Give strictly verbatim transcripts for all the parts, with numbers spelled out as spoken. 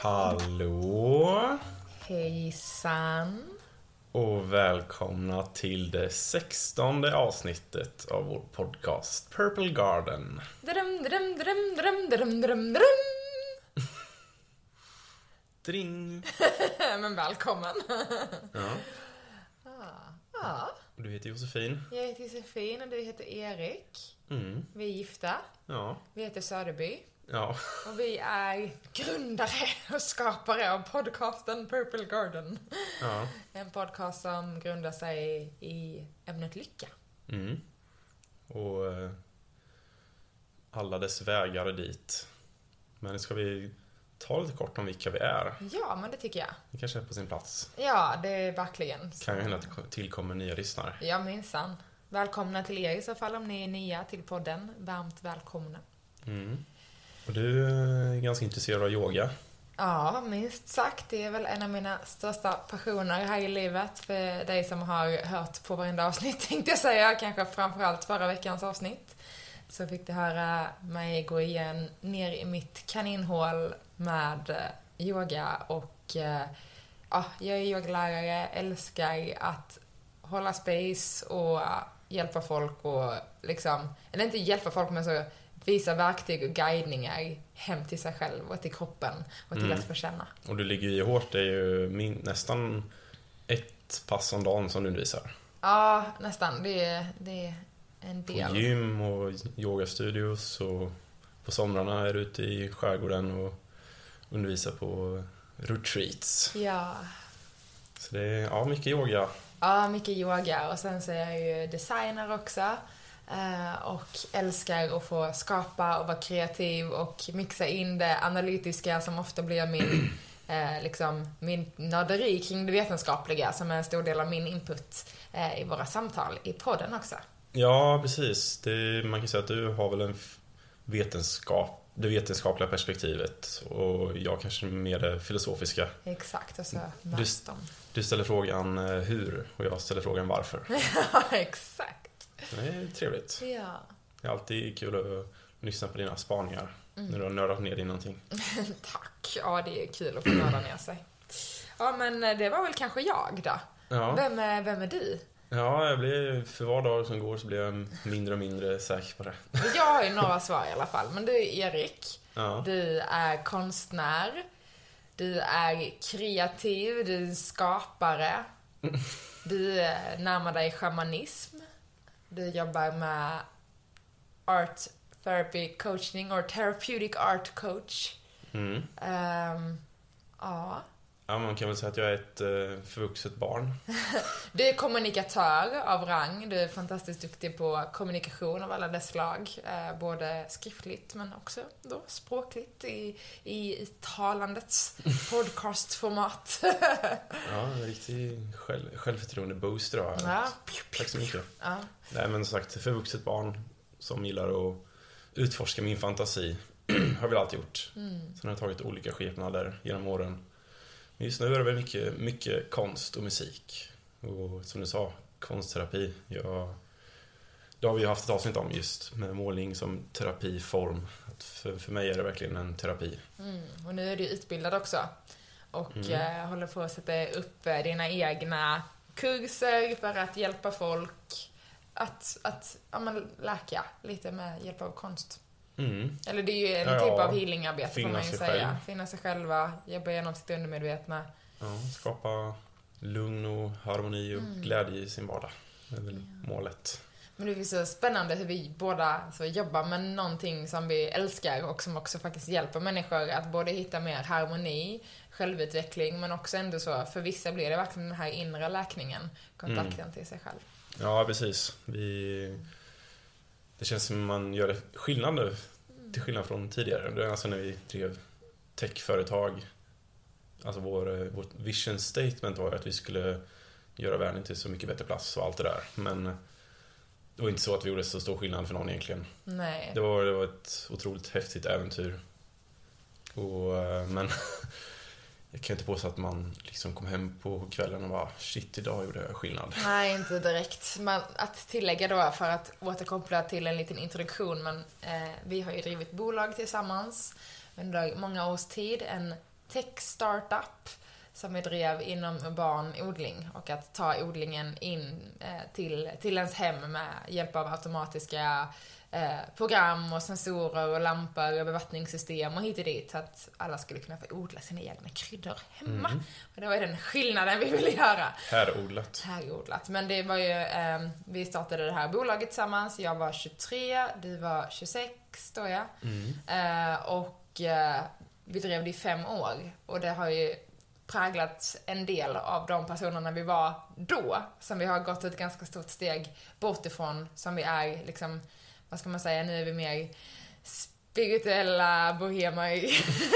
Hallå! Hejsan! Och välkomna till det sextonde avsnittet av vår podcast Purple Garden. Drum, drum, drum, drum, drum, drum, drum. Dring! Men välkommen! Ja. Ah, ja. Du heter Josefin. Jag heter Josefin och du heter Erik. Mm. Vi är gifta. Ja. Vi heter Söderby. Ja. Och vi är grundare och skapare av podcasten Purple Garden. Ja. En podcast som grundar sig i ämnet lycka. Mm. Och eh, alla dess vägar dit. Men ska vi ta lite kort om vilka vi är? Ja, men det tycker jag. Det kanske är på sin plats. Ja, det är verkligen. Kan ju hända att det tillkommer nya lyssnare. Ja, minsann. Välkomna till er i så fall om ni är nya till podden. Varmt välkomna. Mm. Och du är ganska intresserad av yoga. Ja, minst sagt. Det är väl en av mina största passioner här i livet. För dig som har hört på varenda avsnitt, tänkte jag säga. Kanske framförallt förra veckans avsnitt. Så fick du höra mig gå igen ner i mitt kaninhål med yoga. Och ja, jag är yogalärare, älskar att hålla space och hjälpa folk och liksom, eller inte hjälpa folk men så visa verktyg och guidningar hem till sig själv och till kroppen och till Mm. att få känna. Och du ligger ju hårt, det är ju min, nästan ett pass om dagen som du undervisar. Ja, nästan. Det är, det är en del. På gym och yogastudios och på somrarna är du ute i skärgården och undervisar på retreats. Ja. Så det är ja, mycket yoga. Ja, mycket yoga och sen så är jag ju designer också. Och älskar att få skapa och vara kreativ och mixa in det analytiska som ofta blir min, eh, liksom, min nörderi kring det vetenskapliga som är en stor del av min input eh, i våra samtal i podden också. Ja, precis. Det, man kan säga att du har väl en vetenskap, det vetenskapliga perspektivet och jag kanske mer det filosofiska. Exakt, och så Du, möts de. du ställer frågan hur och jag ställer frågan varför. Ja, exakt. Det är trevligt. Ja. Det är alltid kul att lyssna på dina spaningar Mm. när du har nördat ner i någonting. Tack. Ja, det är kul att få nörda ner sig. Ja, men det var väl kanske jag då. Ja, Vem är, vem är du? ja jag blir, för var dag som går så blir jag mindre och mindre säker på det. Jag har ju några svar i alla fall. Men du är Erik. Ja. Du är konstnär. Du är kreativ. Du är skapare. Du närmar dig shamanism. Du jobbar med art therapy coaching or therapeutic art coach. Mm. Um, ja. Ja, man kan väl säga att jag är ett eh, förvuxet barn. Du är kommunikatör av rang. Du är fantastiskt duktig på kommunikation av alla dess slag. Eh, både skriftligt men också då språkligt i, i, i talandets podcastformat. Ja, en riktig själv, självförtroende booster då. Ja. Tack så mycket. Ja. Nej, men som sagt, förvuxet barn som gillar att utforska min fantasi. Har väl alltid gjort. Mm. Sen har jag tagit olika skepnader genom åren. Men just nu är det väl mycket, mycket konst och musik. Och som du sa, konstterapi. Jag, det har vi ju haft ett avsnitt om just med målning som terapiform. Att för, för mig är det verkligen en terapi. Mm. Och nu är du utbildad också. Och Mm. eh, håller på att sätta upp eh, dina egna kurser för att hjälpa folk att, att ja, men, läka lite med hjälp av konst. Mm. Eller det är ju en Ja, typ av healingarbete får finna man ju sig säga. själv. Finna sig själva, jobba igenom sitt undermedvetna. Ja, skapa lugn och harmoni och Mm. glädje i sin vardag. Det är väl målet. Men det är så spännande hur vi båda så jobbar med någonting som vi älskar och som också faktiskt hjälper människor att både hitta mer harmoni, självutveckling, men också ändå så, för vissa blir det verkligen den här inre läkningen, kontakten Mm. till sig själv. Ja, precis. Vi... Det känns som man gör det skillnad nu, till skillnad från tidigare. Det är alltså när vi drev techföretag. Alltså vår, vårt vision statement var att vi skulle göra världen till så mycket bättre plats och allt det där. Men det var inte så att vi gjorde så stor skillnad för någon egentligen. Nej. Det var, det var ett otroligt häftigt äventyr. Och, men jag kan inte påstå att man liksom kom hem på kvällen och bara shit, idag gjorde jag skillnad. Nej, inte direkt. Men att tillägga då, för att återkoppla till en liten introduktion, men eh, vi har ju drivit bolag tillsammans under många års tid. En tech-startup som vi drev inom barnodling och att ta odlingen in eh, till, till ens hem med hjälp av automatiska eh, program och sensorer och lampor och bevattningssystem och hit och dit så att alla skulle kunna få odla sina egna kryddor hemma. Mm. Och det var ju den skillnaden vi ville göra. Härodlat. Härodlat. Men det var ju, eh, vi startade det här bolaget tillsammans. Jag var tjugotre, du var tjugosex då ja. Mm. Eh, och eh, vi drev det i fem år. Och det har ju präglat en del av de personerna vi var då, som vi har gått ett ganska stort steg bort ifrån, som vi är liksom, vad ska man säga, nu är vi mer spirituella bohemer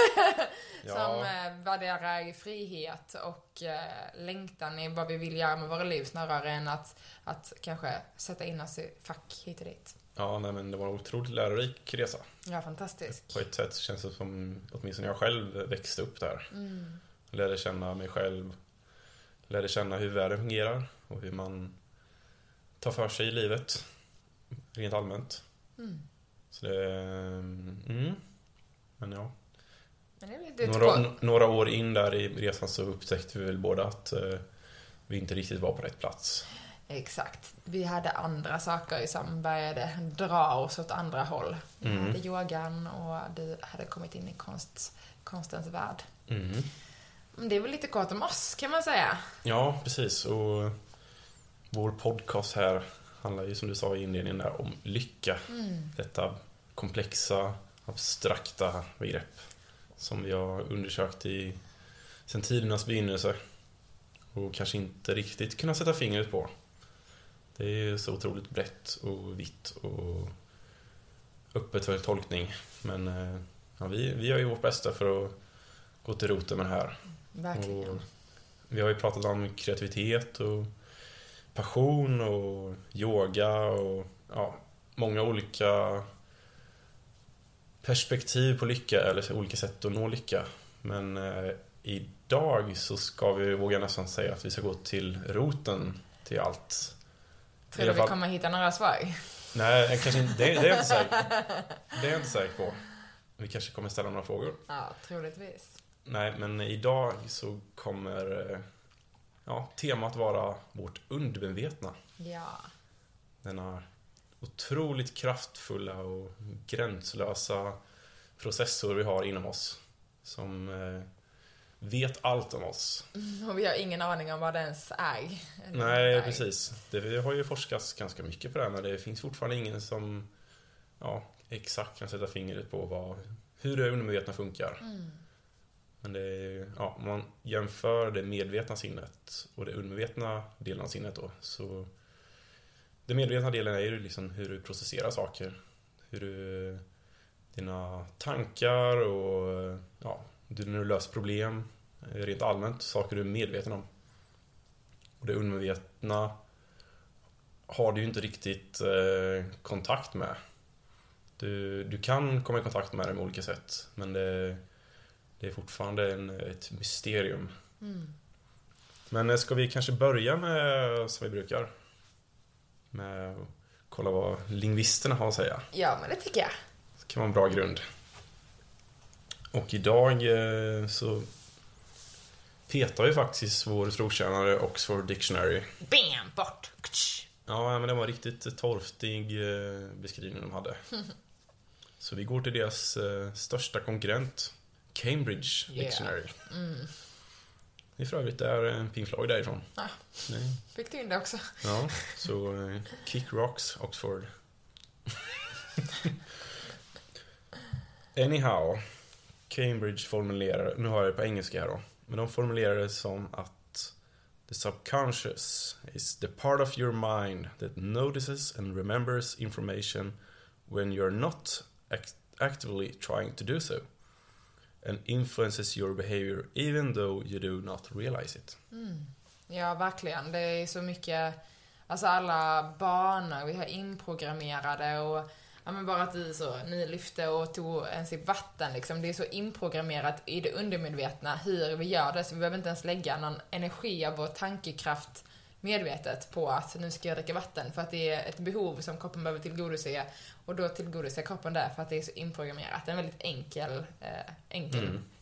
ja. som eh, värderar frihet och eh, längtan i vad vi vill göra med våra liv snarare än att, att kanske sätta in oss i fack hit och dit. Ja, nej, men det var en otroligt lärorik resa. Ja, fantastiskt. På ett sätt känns det som, åtminstone jag själv växte upp där. Mm. Lärde känna mig själv, lärde känna hur världen fungerar och hur man tar för sig i livet rent allmänt. Mm. Så det, mm, men ja. Men det är några, några år in där i resan så upptäckte vi väl båda att uh, vi inte riktigt var på rätt plats. Exakt. Vi hade andra saker som började dra oss åt andra håll. Vi mm. hade yogan och du hade kommit in i konst, konstens värld. Mm. Det är väl lite kort om oss, kan man säga. Ja, precis. Och vår podcast här handlar ju, som du sa i inledningen där, om lycka. Mm. Detta komplexa, abstrakta begrepp som vi har undersökt i sedan tidernas begynnelse och kanske inte riktigt kunnat sätta fingret på. Det är så otroligt brett och vitt och öppet för tolkning. Men ja, vi, vi gör ju vårt bästa för att gå till roten med det här. Verkligen. Och vi har ju pratat om kreativitet och passion och yoga och ja, många olika perspektiv på lycka eller olika sätt att nå lycka. Men eh, idag så ska vi våga nästan säga att vi ska gå till roten till allt. Tror du vi kommer hitta några svar? Nej, kanske inte, det, det är jag inte säker. Det är jag inte säker på. Vi kanske kommer ställa några frågor. Ja, troligtvis. Nej, men idag så kommer ja, temat vara vårt undermedvetna. Ja. Denna otroligt kraftfulla och gränslösa processor vi har inom oss. Som eh, vet allt om oss. Och vi har ingen aning om vad det ens är. Nej, är. precis. Det har ju forskats ganska mycket på det här, men det finns fortfarande ingen som ja, exakt kan sätta fingret på vad, hur det undermedvetna funkar. Mm. Men det är, ja, om man jämför det medvetna sinnet och det undermedvetna delen av sinnet då, så den medvetna delen är ju liksom hur du processerar saker, hur du, dina tankar och ja, när du löser problem rent allmänt, saker du är medveten om. Och det undermedvetna har du ju inte riktigt eh, kontakt med. Du, du kan komma i kontakt med det med olika sätt, men det Det är fortfarande en, ett mysterium. Mm. Men ska vi kanske börja med, som vi brukar, med att kolla vad lingvisterna har att säga? Ja, men det tycker jag. Det kan vara en bra grund. Och idag så petar vi faktiskt vår trotjänare Oxford Dictionary. Bam, bort! Ja, men det var en riktigt torftig beskrivning de hade. Så vi går till deras största konkurrent, Cambridge Dictionary. Yeah. Mm. Det är för övrigt är en Pink Floyd därifrån. Ah, fick du in det också? Ja, så uh, Kick Rocks, Oxford. Anyhow, Cambridge formulerar, nu har jag det på engelska här då, men de formulerar det som att the subconscious is the part of your mind that notices and remembers information when you're not act- actively trying to do so. And influences your behavior even though you do not realize it. Mm. Ja, verkligen. Det är så mycket, alltså alla banor vi har inprogrammerade och ja, men bara att du så, ni lyfte och tog en sipp vatten liksom. Det är så inprogrammerat i det undermedvetna hur vi gör det, så vi behöver inte ens lägga någon energi av vår tankekraft medvetet på att nu ska jag dricka vatten, för att det är ett behov som kroppen behöver tillgodose, och då tillgodoser kroppen det för att det är så inprogrammerat. Det är en väldigt enkel, eh, enkel mm.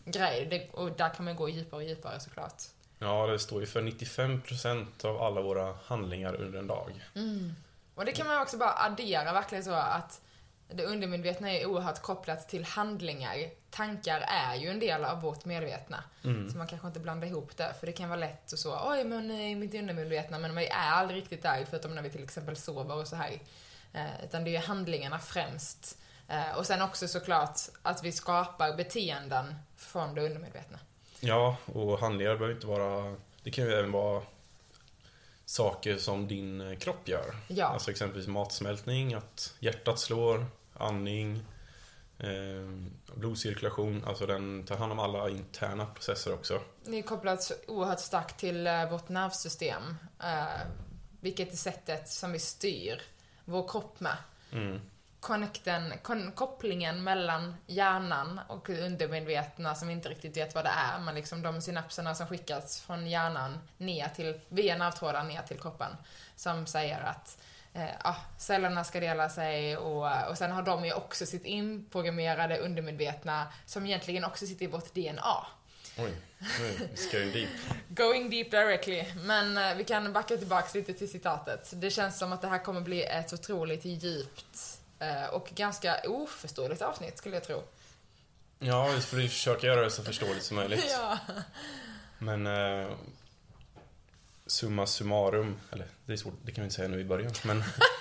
grej. Det, och där kan man gå djupare och djupare såklart. Ja, det står ju för nittiofem procent av alla våra handlingar under en dag. Mm. Och det kan man också bara addera verkligen så att det undermedvetna är oerhört kopplat till handlingar. Tankar är ju en del av vårt medvetna. Mm. Så man kanske inte blandar ihop det. För det kan vara lätt och så, oj men i mitt undermedvetna, men vi är aldrig riktigt där, förutom när vi till exempel sover och så här. Eh, utan det är ju handlingarna främst. Eh, och sen också såklart att vi skapar beteenden från det undermedvetna. Ja, och handlingar behöver inte vara, det kan ju även vara saker som din kropp gör. Ja. Alltså exempelvis matsmältning, att hjärtat slår, andning, eh, blodcirkulation. Alltså den tar hand om alla interna processer också. Det är kopplat så oerhört starkt till eh, vårt nervsystem. Eh, vilket är sättet som vi styr vår kropp med. Mm. Connecten, kon- kopplingen mellan hjärnan och undermedvetna som inte riktigt vet vad det är, men liksom de synapserna som skickas från hjärnan ner till, via nervtrådar ner till kroppen, som säger att eh, ah, cellerna ska dela sig, och, och sen har de ju också sitt inprogrammerade undermedvetna som egentligen också sitter i vårt D N A. Oj, oj, going deep. Going deep directly. Men eh, vi kan backa tillbaka lite till citatet. Det känns som att det här kommer bli ett otroligt djupt och ganska oförståeligt avsnitt, skulle jag tro. Ja, vi får försöka göra det så förståeligt som möjligt. Ja. Men eh, summa summarum, eller det är svårt, det kan vi inte säga nu i början. Men,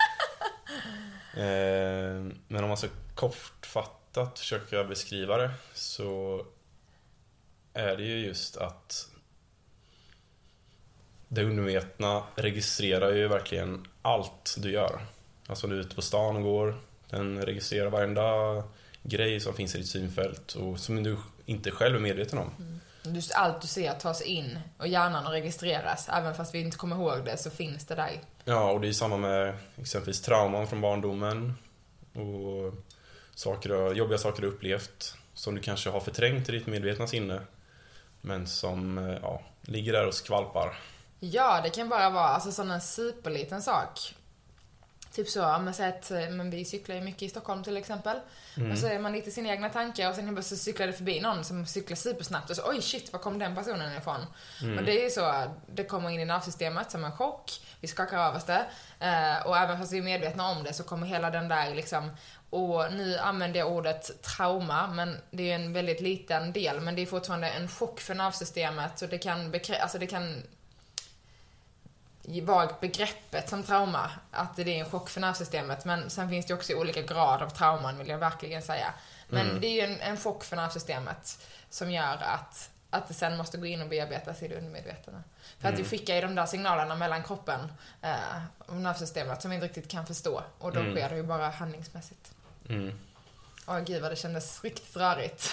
eh, men om man så kortfattat försöka beskriva det, så är det ju just att det undermedvetna registrerar ju verkligen allt du gör. Alltså du är ute på stan och går, den registrerar varenda grej som finns i ditt synfält och som du inte själv är medveten om. Mm. Just allt du ser tas in och hjärnan och registreras. Även fast vi inte kommer ihåg det så finns det där. Ja, och det är samma med exempelvis trauman från barndomen och saker, jobbiga saker du upplevt som du kanske har förträngt i ditt medvetna sinne, men som ja, ligger där och skvalpar. Ja, det kan bara vara alltså, sån en superliten sak. Typ så, man säger att men vi cyklar ju mycket i Stockholm till exempel. Mm. Och så är man lite i sina egna tankar och sen bara så cyklar det förbi någon som cyklar supersnabbt och så, oj shit, var kom den personen ifrån? Mm. Och det är ju så, det kommer in i nervsystemet som en chock, vi skakar av oss det. Eh, och även fast vi är medvetna om det så kommer hela den där liksom, och nu använder jag ordet trauma, men det är en väldigt liten del, men det är fortfarande en chock för nervsystemet och det kan bekrä- alltså det kan vara begreppet som trauma, att det är en chock för nervsystemet, men sen finns det också olika grad av trauman, vill jag verkligen säga. Men mm. det är ju en, en chock för nervsystemet som gör att, att det sen måste gå in och bearbetas i det undermedvetna. För mm. att vi skickar ju de där signalerna mellan kroppen eh, och nervsystemet som vi inte riktigt kan förstå, och då mm. sker det ju bara handlingsmässigt. Mm. Åh gud vad det kändes riktigt rörigt.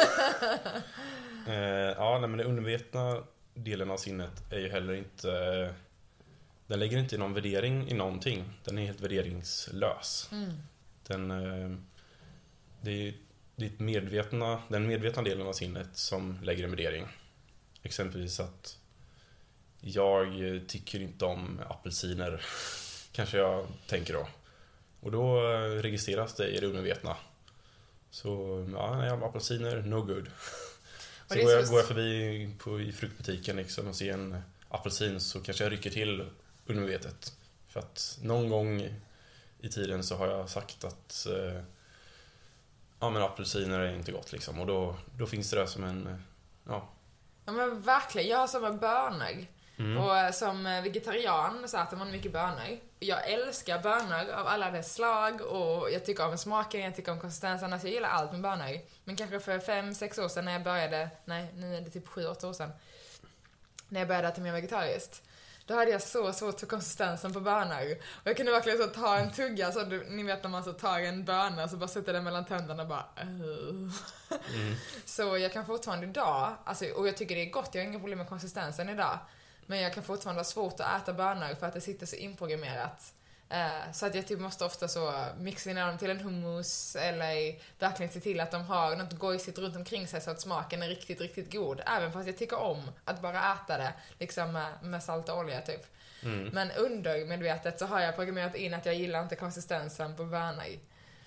eh, ja, nej, men det undermedvetna delen av sinnet är ju heller inte... Eh, den lägger inte någon värdering i någonting. Den är helt värderingslös. Mm. Den, eh, det är ditt medvetna, den medvetna delen av sinnet som lägger en värdering. Exempelvis att jag tycker inte om apelsiner. Kanske jag tänker då. Och då registreras det i det undermedvetna. Så ja, när jag har apelsiner, no good. Så går jag, går jag förbi på, i fruktbutiken liksom, och ser en apelsin, så kanske jag rycker till undermedvetet. För att någon gång i tiden så har jag sagt att eh, ja, men apelsiner är inte gott liksom. Och då, då finns det där som en ja. Ja men verkligen, jag har samma bönor. Mm. Och som vegetarian så äter man mycket bönor. Jag älskar bönor av alla dess slag, och jag tycker om smaken, jag tycker om konsistensen, alltså jag gillar allt med bönor. Men kanske för fem, sex år sedan när jag började, nej nu är det typ sju, åtta år sedan, när jag började äta mer vegetariskt, då hade jag så svårt för konsistensen på bönor. Och jag kunde verkligen så ta en tugga, så du, ni vet när man så tar en böna så bara sätter den mellan tänderna och bara uh. mm. Så jag kan fortfarande idag, alltså, och jag tycker det är gott, jag har inga problem med konsistensen idag, men jag kan fortfarande ha svårt att äta bönor för att det sitter så inprogrammerat. Eh, så att jag typ måste ofta så mixa ner dem till en hummus, eller verkligen se till att de har något gojsigt runt omkring sig så att smaken är riktigt, riktigt god. Även fast jag tycker om att bara äta det liksom med, med salt och olja typ. Mm. Men undermedvetet så har jag programmerat in att jag gillar inte konsistensen på bönor.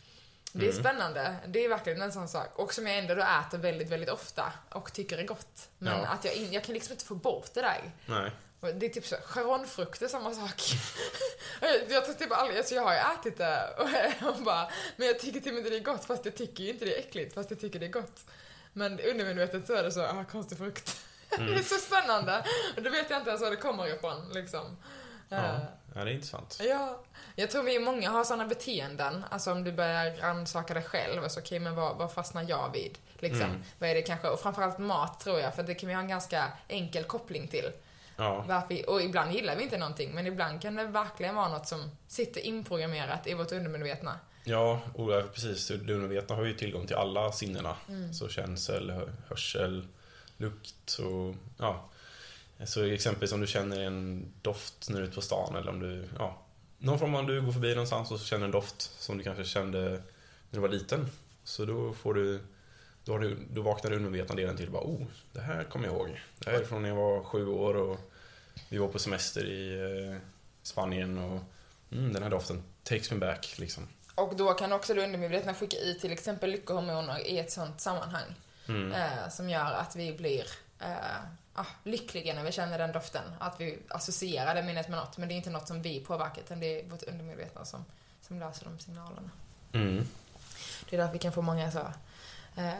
Det är Mm. spännande. Det är verkligen en sån sak. Och som jag ändå då äter väldigt, väldigt ofta och tycker är gott. Men Ja. att jag, in, jag kan liksom inte få bort det där. Nej. Och det är typ så, charonfrukt är samma sak. jag tror typ aldrig, alltså jag har ju ätit det och, och bara, men jag tycker typ inte det är gott fast jag tycker ju inte det är äckligt fast jag tycker det är gott. Men undermedvetet så är det så, ah, konstig frukt. Mm. Det är så spännande. Och då vet jag inte ens var det kommer ifrån liksom. Ja, Eh, ja det är intressant. Ja, jag tror vi många har sådana beteenden. Alltså om du börjar rannsaka dig själv, alltså okej, men vad, vad fastnar jag vid? Liksom, Mm. vad är det kanske? Och framförallt mat tror jag, för det kan vi ha en ganska enkel koppling till. Ja. Varför vi, och ibland gillar vi inte någonting, men ibland kan det verkligen vara något som sitter inprogrammerat i vårt undermedvetna. Ja, och ja, precis. Du undermedvetna har ju tillgång till alla sinnena. Mm. Så känsel, hö- hörsel, lukt och ja. Så exempelvis om du känner en doft när du är ute på stan eller om du, ja, någon form av du går förbi någonstans och känner en doft som du kanske kände när du var liten. Så då får du, då, har du, då vaknar du undermedvetna delen till bara, oh, det här kommer jag ihåg. Det här är från när jag var sju år och vi var på semester i eh, Spanien och mm, den här doften takes me back liksom. Och då kan också det undermedvetna skicka ut till exempel lyckohormoner i ett sånt sammanhang. Mm. Eh, som gör att vi blir eh, ah, lyckliga när vi känner den doften. Att vi associerar det minnet med något. Men det är inte något som vi påverkar, utan det är vårt undermedvetna som, som löser de signalerna. Mm. Det är därför vi kan få många så eh,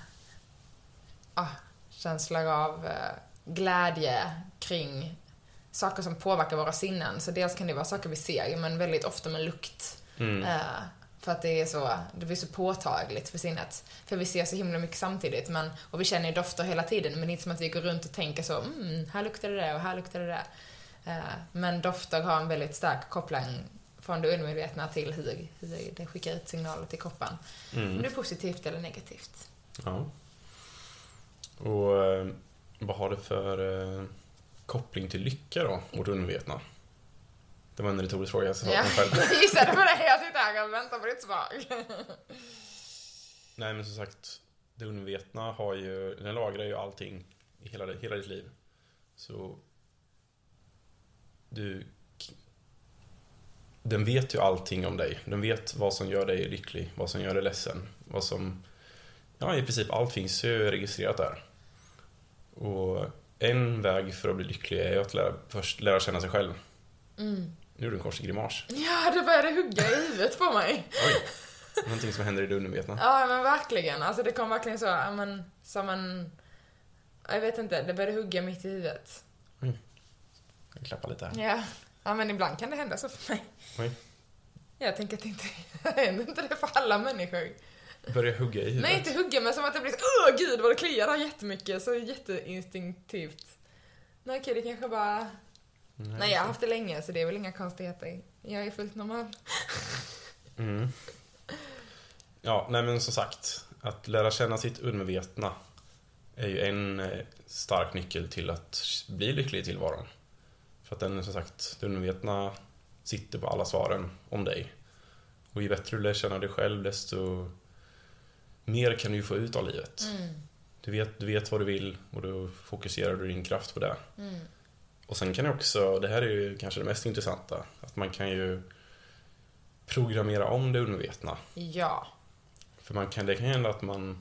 ah, känslor av eh, glädje kring saker som påverkar våra sinnen. Så dels kan det vara saker vi ser, men väldigt ofta med lukt. Mm. Eh, för att det är så, det blir så påtagligt för sinnet. För vi ser så himla mycket samtidigt, men, och vi känner ju dofter hela tiden, men det är inte som att vi går runt och tänker så, mm, här luktar det och här luktar det där. Eh, men dofter har en väldigt stark koppling från det undermedvetna till hur, hur det skickar ut signaler till kroppen. Mm. Om det är positivt eller negativt. Ja. Och eh, vad har det för eh, koppling till lycka då, vårt undermedvetna? Det var en retorisk fråga jag svarade Ja, på själv. jag gissade på det. Jag sitter här och väntar på ditt svar. Nej, men som sagt, det undermedvetna har ju, den lagrar ju allting i hela, hela ditt liv. Så du, den vet ju allting om dig. Den vet vad som gör dig lycklig, vad som gör dig ledsen, vad som, ja, i princip allt finns ju registrerat där. Och en väg för att bli lycklig är att lära, först lära känna sig själv. Mm. Nu gjorde du en konstig grimas. Ja, det började hugga i huvudet på mig. Oj, någonting som händer i det undermedvetna. Ja, men verkligen. Alltså det kom verkligen så, ja, men, som en... Jag vet inte, det började hugga mitt i huvudet. Oj, jag klappar lite här. Ja. Ja, men ibland kan det hända så för mig. Oj, Jag tänker att det inte händer inte det för alla människor. börjar hugga i huvudet. Nej, inte hugga, men som att det blir så, åh gud vad det kliar där jättemycket. Så jätteinstinktivt. Nej, okej, det kanske bara... Nej, Nej, jag har haft det länge, så det är väl inga konstigheter. Jag är fullt normal. Mm. Ja, nej men som sagt, att lära känna sitt undermedvetna är ju en eh, stark nyckel till att bli lycklig i tillvaron. För att den, som sagt, det undermedvetna sitter på alla svaren om dig. Och ju bättre du lär känna dig själv, desto mer kan du få ut av livet. Mm. Du vet, du vet vad du vill och då fokuserar du din kraft på det. Mm. Och sen kan det också, det här är ju kanske det mest intressanta, att man kan ju programmera om det undermedvetna. Ja. För man kan, det kan hända att man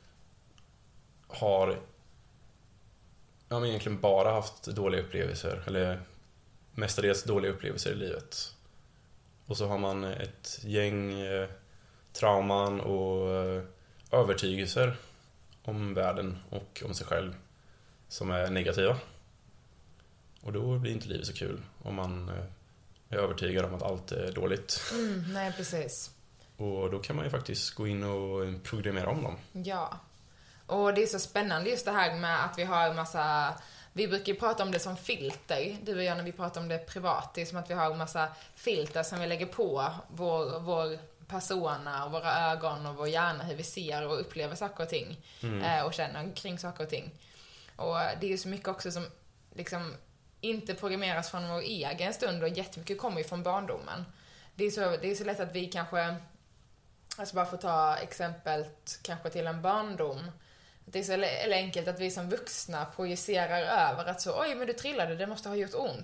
har ja, men egentligen bara haft dåliga upplevelser, eller mestadels dåliga upplevelser i livet. Och så har man ett gäng eh, trauman och eh, övertygelser om världen och om sig själv som är negativa. Och då blir inte livet så kul om man eh, är övertygad om att allt är dåligt. Mm, nej, precis. Och då kan man ju faktiskt gå in och programmera om dem. Ja. Och det är så spännande just det här med att vi har en massa... Vi brukar ju prata om det som filter, du och jag, när vi pratar om det privat. Det är som att vi har en massa filter som vi lägger på vår, vår persona och våra ögon och vår hjärna, hur vi ser och upplever saker och ting. Mm. Eh, och känner kring saker och ting. Och det är ju så mycket också som liksom inte programmeras från vår egen stund, och jättemycket kommer ju från barndomen. Det är så, det är så lätt att vi kanske, alltså bara för att ta exemplet kanske till en barndom, det är så eller enkelt att vi som vuxna projicerar över att så, oj men du trillade, det måste ha gjort ont.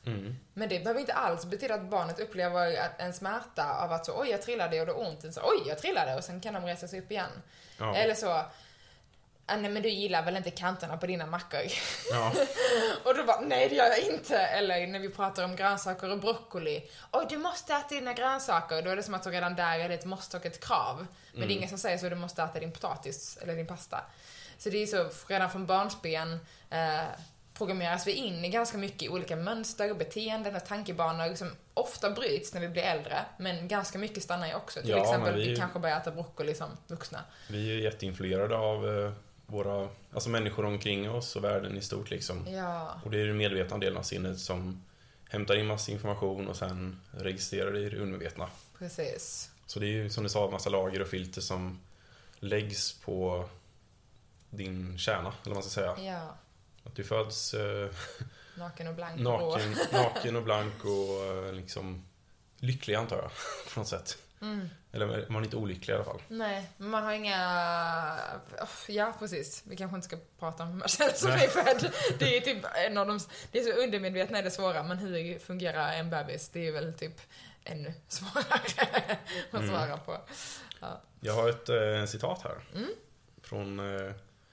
Mm. Men det behöver inte alls betyda att barnet upplever en smärta av att så, oj jag trillade och det ont. Så, oj jag trillade och sen kan de resa sig upp igen. Ja. Eller så, nej men du gillar väl inte kanterna på dina mackor? Ja. Och då bara, nej det gör jag inte. Eller när vi pratar om grönsaker och broccoli. Oj du måste äta dina grönsaker. Då är det som att så redan där är det ett måste och ett krav. Men mm. det är ingen som säger så, du måste äta din potatis eller din pasta. Så det är så, redan från barnsben eh, programmeras vi in i ganska mycket olika mönster och beteenden och tankebanor som ofta bryts när vi blir äldre, men ganska mycket stannar ju också. Till ja, exempel vi, vi kanske börjar äta broccoli som vuxna. Vi är ju jätteinfluerade av eh, våra, alltså människor omkring oss och världen i stort liksom. Ja. Och det är den medvetna delen av sinnet som hämtar in massa information och sen registrerar det i det undermedvetna. Precis. Så det är ju som du sa, en massa lager och filter som läggs på din kärna, eller vad man ska säga. Ja. Att du föds eh, naken och blank. naken, naken och blank och eh, liksom lycklig antar jag, på något sätt. Mm. Eller man är inte olycklig i alla fall. Nej, men man har inga... Oh, ja, precis. Vi kanske inte ska prata om hur man känner som är född. Det är typ en av de... Det är så undermedvetna är det svåra, men hur fungerar en bebis? Det är väl typ ännu svårare att svara mm. på. Ja. Jag har ett eh, citat här. Mm. Från eh,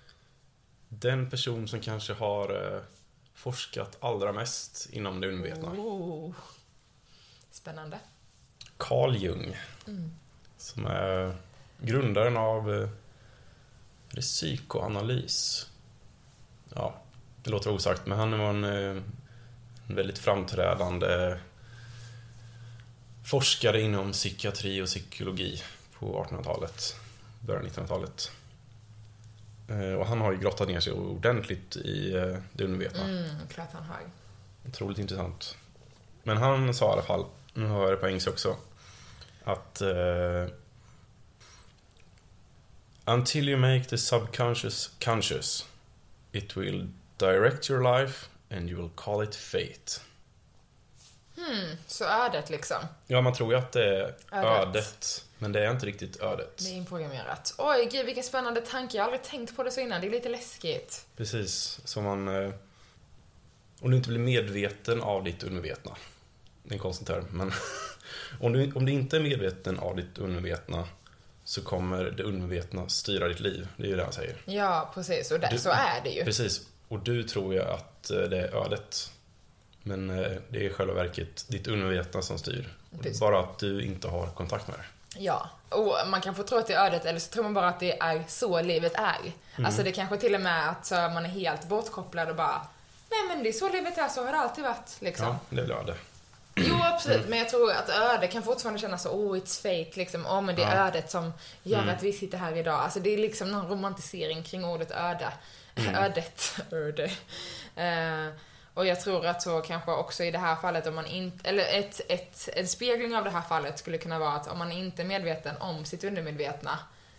den person som kanske har eh, forskat allra mest inom det undermedvetna. Oh. Spännande. Carl Jung. Mm. Som är grundaren av eh, det psykoanalys. Ja, det låter osagt, men han var en, eh, en väldigt framträdande forskare inom psykiatri och psykologi på artonhundratalet, början nittonhundratalet. Och han har ju grottat ner sig ordentligt i det undermedvetna. Mm, klart han har. Otroligt intressant. Men han sa i alla fall, nu har jag det på engelska också, att uh, until you make the subconscious conscious, it will direct your life and you will call it fate. Hmm, så ödet liksom. Ja, man tror ju att det är ödet. ödet. Men det är inte riktigt ödet. Det är inprogrammerat. Oj, gud vilken spännande tanke. Jag har aldrig tänkt på det så innan. Det är lite läskigt. Precis, så man... Om du inte blir medveten av ditt undermedvetna. Det är en konstig term, men... om, du, om du inte är medveten av ditt undermedvetna så kommer det undermedvetna styra ditt liv. Det är ju det han säger. Ja, precis. Och där, du, så är det ju. Precis. Och du tror ju att det är ödet. Men det är i själva verket ditt undermedvetna som styr. Precis. Bara att du inte har kontakt med det. Ja, och man kan få tro att det är ödet, eller så tror man bara att det är så livet är. Mm. Alltså det kanske till och med att så man är helt bortkopplad och bara, nej men det är så livet är, så har det alltid varit liksom. Ja, det är väl öde. Jo, absolut, Mm. men jag tror att öde kan fortfarande kännas så, oh it's fate liksom, åh oh, men det är ja. ödet som gör mm. att vi sitter här idag. Alltså det är liksom någon romantisering kring ordet öde. Mm. Ödet, öde. Uh, Och jag tror att så kanske också i det här fallet, om man inte, eller ett, ett, en spegling av det här fallet skulle kunna vara att om man inte är medveten om sitt undermedvetna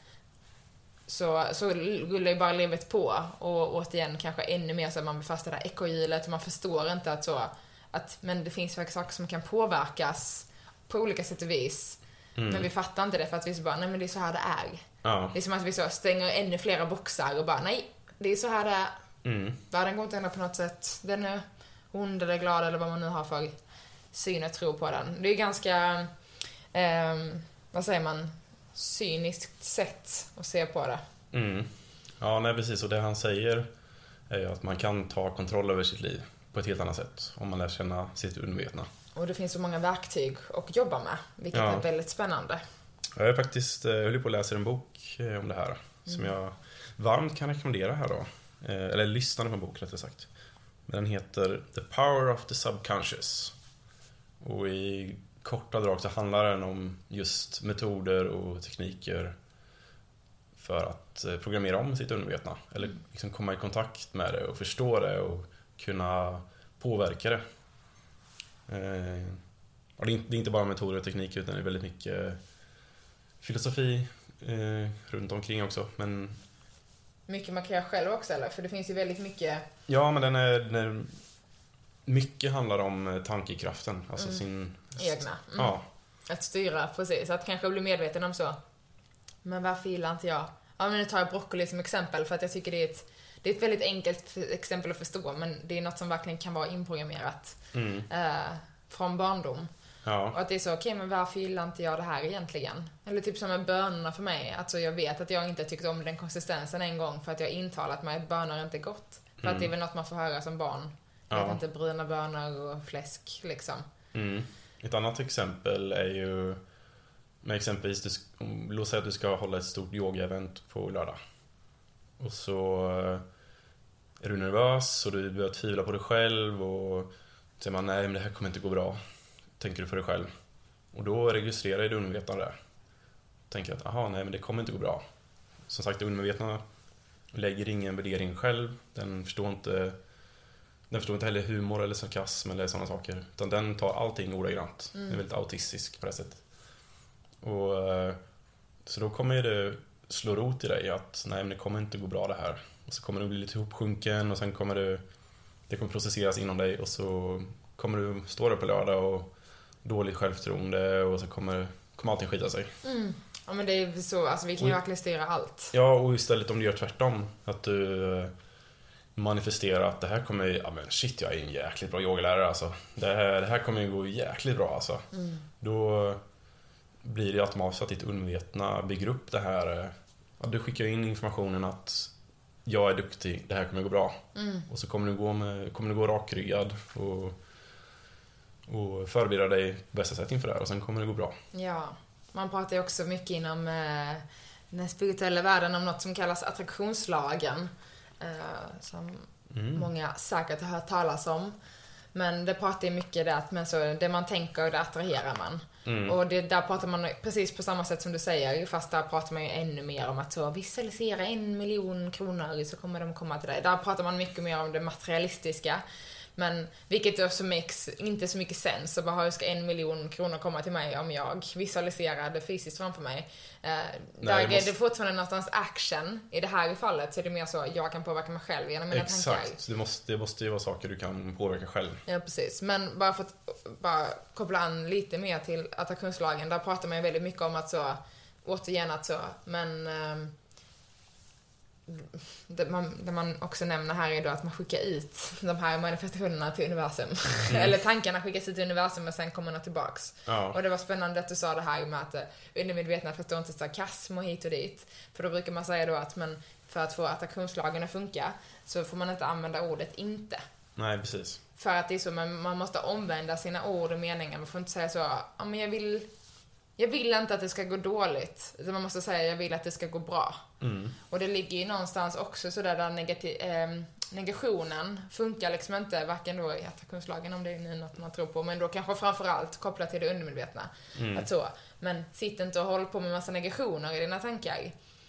så, så rullar ju bara livet på, och återigen kanske ännu mer så att man blir fast i det här ekohjulet och man förstår inte att så, att men det finns faktiskt saker som kan påverkas på olika sätt och vis. Mm. Men vi fattar inte det för att vi så bara, nej men det är så här det är. Ja. Det är som att vi så stänger ännu flera boxar och bara, nej, det är så här det är. Mm. Världen går inte ändå på något sätt. Den är ond eller glad eller vad man nu har för syn och tro på den. Det är ganska, eh, vad säger man, cyniskt sätt att se på det. Mm. Ja, nej precis. Och det han säger är ju att man kan ta kontroll över sitt liv på ett helt annat sätt om man lär känna sitt undermedvetna. Och det finns så många verktyg att jobba med, vilket ja. är väldigt spännande. Jag är faktiskt, jag höll på att läsa en bok om det här mm. som jag varmt kan rekommendera här då. Eller lyssnade på en bok rättare sagt. Men den heter The Power of the Subconscious. Och i korta drag så handlar den om just metoder och tekniker för att programmera om sitt undermedvetna. Eller liksom komma i kontakt med det och förstå det och kunna påverka det. Och det är inte bara metoder och tekniker utan det är väldigt mycket filosofi runt omkring också. Men mycket man kan göra själv också, eller? För det finns ju väldigt mycket... Ja, men den är, den är... Mycket handlar om tankekraften. Alltså mm. sin... Egna. Mm. Ja. Att styra, precis. Att kanske bli medveten om så. Men varför gillar inte jag? Ja, men nu tar jag broccoli som exempel. För att jag tycker det är ett... det är ett väldigt enkelt exempel att förstå, men det är något som verkligen kan vara inprogrammerat Mm. eh, från barndom. Ja. Och att det är så, okej, okay, men varför gillar inte jag det här egentligen? Eller typ som med bönorna för mig. Alltså jag vet att jag inte tyckte om den konsistensen en gång för att jag intalat mig att bönor inte är gott. För Mm. att det är väl något man får höra som barn. Jag Ja. vet inte, bruna bönor och fläsk liksom. Mm. Ett annat exempel är ju med exempelvis, du, sk- låt säga att du ska hålla ett stort yoga-event på lördag. Och så eh, är du nervös och du börjar tvivla på dig själv och säger man nej men det här kommer inte gå bra. Tänker du för dig själv. Och då registrerar du undermedvetna det. Tänker att aha nej men det kommer inte gå bra. Som sagt, undermedvetna lägger ingen värdering själv. Den förstår inte Den förstår inte heller humor eller sarkasm eller sådana saker. Utan den tar allting ordagrant. Mm. Den är väldigt autistisk på det sättet. Och, eh, så då kommer det slå rot i dig att nej men det kommer inte gå bra det här. Och så kommer du bli lite ihopsjunken och sen kommer du, det kommer processeras inom dig och så kommer du stå där på lördag och dåligt självförtroende och så kommer, kommer allting skita sig. Mm. Ja men det är så, alltså vi kan ju verkligen styra allt. Ja, och istället om du gör tvärtom, att du eh, manifesterar att det här kommer, ja men shit jag är en jäkligt bra yogalärare alltså. Det här, det här kommer ju gå jäkligt bra alltså. Mm. Då blir det automatiskt att ditt undermedvetna bygger upp det här. eh, Ja, du skickar in informationen att jag är duktig, det här kommer gå bra. Mm. Och så kommer du gå, med, kommer du gå rakryggad och, och förbereda dig på bästa sätt inför det här och sen kommer det gå bra. Ja, man pratar ju också mycket inom eh, den spirituella världen om något som kallas attraktionslagen. Eh, som Mm. många säkert har hört talas om. Men det pratar ju mycket det att men så, det man tänker, det attraherar man. Mm. Och det, där pratar man precis på samma sätt som du säger, fast där pratar man ju ännu mer om att så visualisera en miljon kronor så kommer de komma till dig. Där pratar man mycket mer om det materialistiska. Men vilket också makes inte så mycket sens. Så bara hur ska en miljon kronor komma till mig om jag visualiserar det fysiskt framför mig? Eh, Nej, där det måste- är det fortfarande någonstans action. I det här fallet så är det mer så jag kan påverka mig själv genom mina tankar. Exakt, det måste, det måste ju vara saker du kan påverka själv. Ja, precis. Men bara för att bara koppla an lite mer till attraktionslagen, där pratar man ju väldigt mycket om att så, återigen att så, men eh, det, man, det man också nämner här är då att man skickar ut de här manifestationerna till universum. Mm. Eller tankarna skickas ut till universum och sen kommer de tillbaks. Ja. Och Och det var spännande att du sa det här med att undermedvetna förstår inte sarkasm och hit och dit. För då brukar man säga då att men för att få attraktionslagen att funka så får man inte använda ordet inte. Nej, precis. För att det är så, man, man måste omvända sina ord och meningar. Man får inte säga så, ja men jag vill, jag vill inte att det ska gå dåligt. Utan man måste säga, jag vill att det ska gå bra. Mm. Och det ligger ju någonstans också sådär där negativ, eh, negationen funkar liksom inte, varken då i attraktionslagen om det är nu något man tror på, men då kanske framförallt kopplat till det undermedvetna. Mm. Att så, men sitt inte och håll på med massa negationer i dina tankar.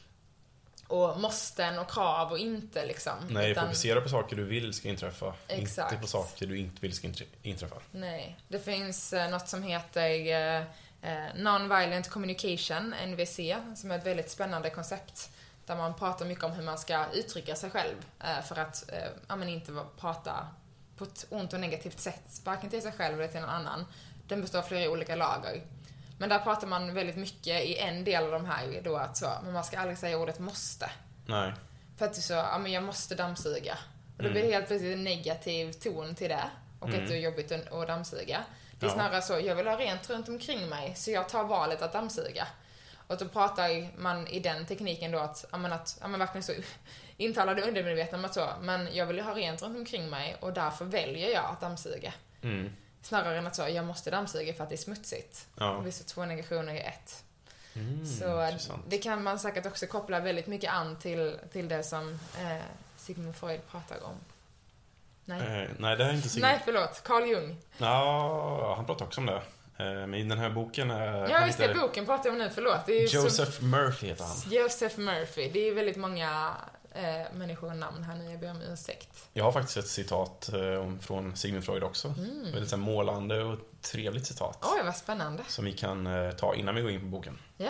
Och måsten och krav och inte liksom. Nej, utan, fokusera på saker du vill ska inträffa. Exakt. Inte på saker du inte vill ska inträ- inträffa. Nej, det finns eh, något som heter eh, eh, Non-Violent Communication, N V C, som är ett väldigt spännande koncept. Där man pratar mycket om hur man ska uttrycka sig själv eh, för att eh, ja, men inte va- prata på ett ont och negativt sätt, varken till sig själv eller till någon annan. Den består av flera olika lager. Men där pratar man väldigt mycket i en del av de här då att så, men man ska aldrig säga ordet måste. Nej. För att du så, ja men jag måste dammsuga. Och då Mm. blir det helt plötsligt en negativ ton till det. Och Mm. att det är jobbigt att att dammsuga. Det är Ja. snarare så, jag vill ha rent runt omkring mig, så jag tar valet att dammsuga. Och då pratar man i den tekniken då att, ja men att, ja men verkligen så intalar det undermedvetna med att så, men jag vill ju ha rent runt omkring mig och därför väljer jag att dammsuga. Mm. Snarare än att så, jag måste dammsuga för att det är smutsigt. Ja. Och visst, två negationer i ett. Mm, Så intressant. det kan man säkert också koppla väldigt mycket an till, till det som eh, Sigmund Freud pratar om. Nej, Eh, nej, det här är inte så... Nej förlåt. Carl Jung. Ja, han pratar också om det. Eh, men i den här boken... Eh, Ja, han visst heter är boken pratar jag om nu, förlåt. Det är ju Joseph så... Murphy heter han. Joseph Murphy. Det är ju väldigt många eh, människor och namn här nu, jag ber om ursäkt. Jag har faktiskt ett citat eh, om- från Sigmund Freud också. Mm. Väldigt så här, målande och trevligt citat. Oj, vad spännande. Som vi kan eh, ta innan vi går in på boken. Ja.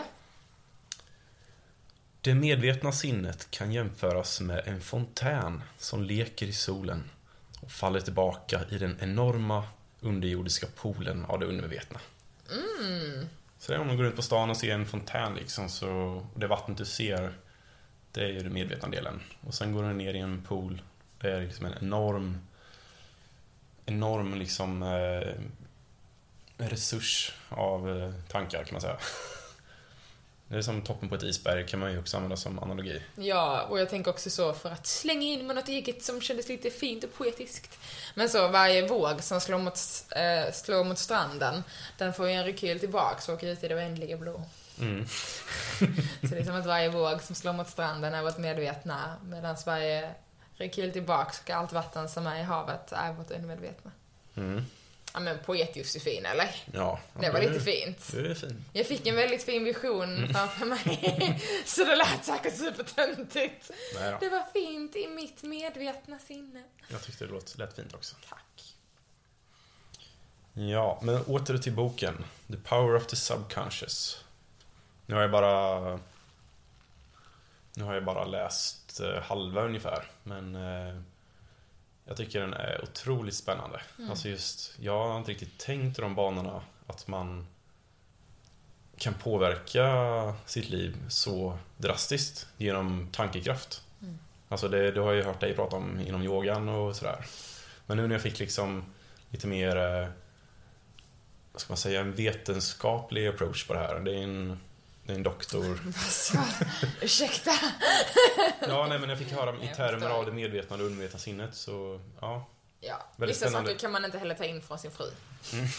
Det medvetna sinnet kan jämföras med en fontän som leker i solen och faller tillbaka i den enorma underjordiska poolen av det undermedvetna. Mm. Så det är om du går ut på stan och ser en fontän liksom, så och det vattnet du ser Det är ju den medvetna delen. Och sen går den ner i en pool. Det är liksom en enorm enorm liksom eh, resurs av eh, tankar kan man säga. Det är som toppen på ett isberg, kan man ju också använda som analogi. Ja, och jag tänker också så för att slänga in med något eget som kändes lite fint och poetiskt. Men så varje våg som slår mot, äh, slår mot stranden, den får ju en rekyl tillbaks och åker ut i det oändliga blå. Mm. Så det är som att varje våg som slår mot stranden är vårt medvetna, medan varje rekyl tillbaks och allt vatten som är i havet är vårt undermedvetna. Mm. Ja, men poet Josefin, eller? Ja, det var det, lite fint. Det är fint. Jag fick en väldigt fin vision framför mig. Så det lät säkert supertöntigt. Det var fint i mitt medvetna sinne. Jag tyckte det låt, lät fint också. Tack. Ja, men åter till boken. The Power of the Subconscious. Nu har jag bara Nu har jag bara läst eh, halva ungefär. Men eh, jag tycker den är otroligt spännande. Mm. Alltså just, jag har inte riktigt tänkt i de banorna att man kan påverka sitt liv så drastiskt genom tankekraft. Mm. Alltså det, det har jag ju hört dig prata om inom yogan och sådär. Men nu när jag fick liksom lite mer, eh, vad ska man säga, en vetenskaplig approach på det här. Det är en, det är en doktor. Ursäkta. Ja, nej, men jag fick höra i termer av det medvetna och undermedvetna sinnet, så ja. Ja, vissa spännande saker kan man inte heller ta in från sin fru. Mm.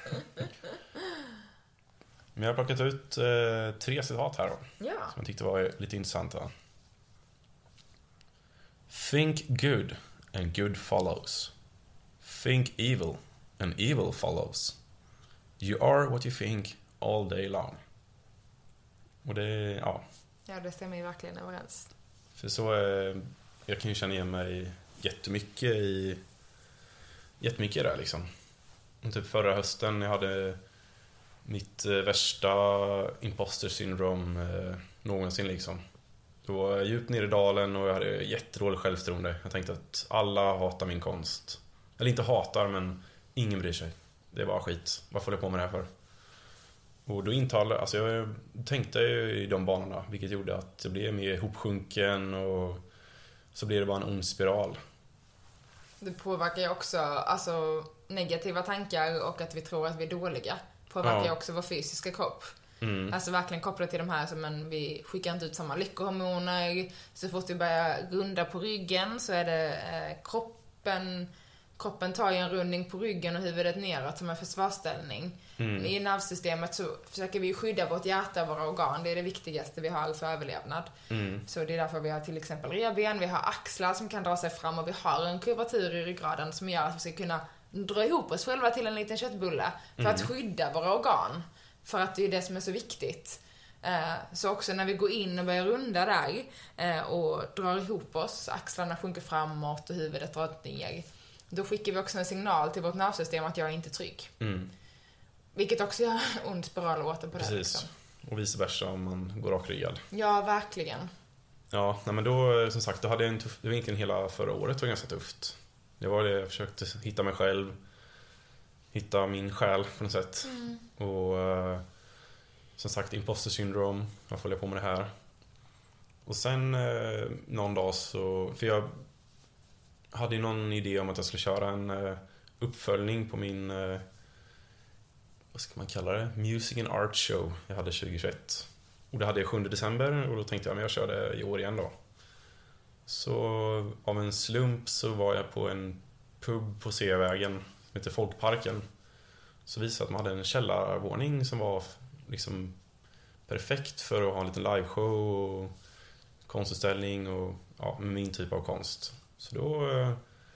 Men jag har plockat ut eh, tre citat här då, ja. som jag tyckte var lite intressanta. Think good and good follows. Think evil and evil follows. You are what you think all day long. Och det, ja. Ja, det stämmer ju verkligen överens. För så, eh, jag kan ju känna igen mig jättemycket i jättemycket i det här liksom. Och typ förra hösten, jag hade mitt eh, värsta imposter syndrom eh, någonsin liksom. Då var jag djupt ner i dalen och jag hade jättedålig självförtroende. Jag tänkte att alla hatar min konst. Eller inte hatar, men ingen bryr sig. Det var skit. Vad får jag på med det här för? Och då intalade, alltså jag tänkte ju i de banorna, vilket gjorde att det blev mer hopsjunken och så blev det bara en ond spiral. Det påverkar ju också, alltså negativa tankar och att vi tror att vi är dåliga påverkar ju ja. också vår fysiska kropp. Mm. Alltså verkligen kopplat till de här som en, vi skickar inte ut samma lyckohormoner. Så fort vi börjar runda på ryggen så är det eh, kroppen kroppen tar ju en rundning på ryggen och huvudet neråt som en försvarsställning. Mm. I nervsystemet så försöker vi skydda vårt hjärta och våra organ. Det är det viktigaste vi har för överlevnad. Mm. Så det är därför vi har till exempel revben, vi har axlar som kan dra sig fram och vi har en kurvatur i ryggraden som gör att vi ska kunna dra ihop oss själva till en liten köttbulle för mm. att skydda våra organ. För att det är det som är så viktigt. Så också när vi går in och börjar runda där och drar ihop oss, axlarna sjunker framåt och huvudet drar ner, då skickar vi också en signal till vårt nervsystem att jag är inte trygg. Mm. Vilket också gör en ond spiral åter på det. Precis. Liksom. Och vice versa om man går rakryggad. Ja, verkligen. Ja, nej, men då, som sagt, då hade jag en tuff, det var egentligen hela förra året var ganska tufft. Det var det, jag försökte hitta mig själv, hitta min själ på något sätt. Mm. Och uh, som sagt, imposter syndrome, jag följer på med det här. Och sen uh, någon dag så, för jag hade ju någon idé om att jag skulle köra en uh, uppföljning på min uh, vad ska man kalla det? Music and Art Show jag hade tjugohundratjugoett. Och det hade jag sjunde december och då tänkte jag att jag kör det i år igen då. Så av en slump så var jag på en pub på Sveavägen som heter Folkparken. Så visade att man hade en källarvåning som var liksom perfekt för att ha en liten liveshow och konstutställning och ja, min typ av konst. Så då eh,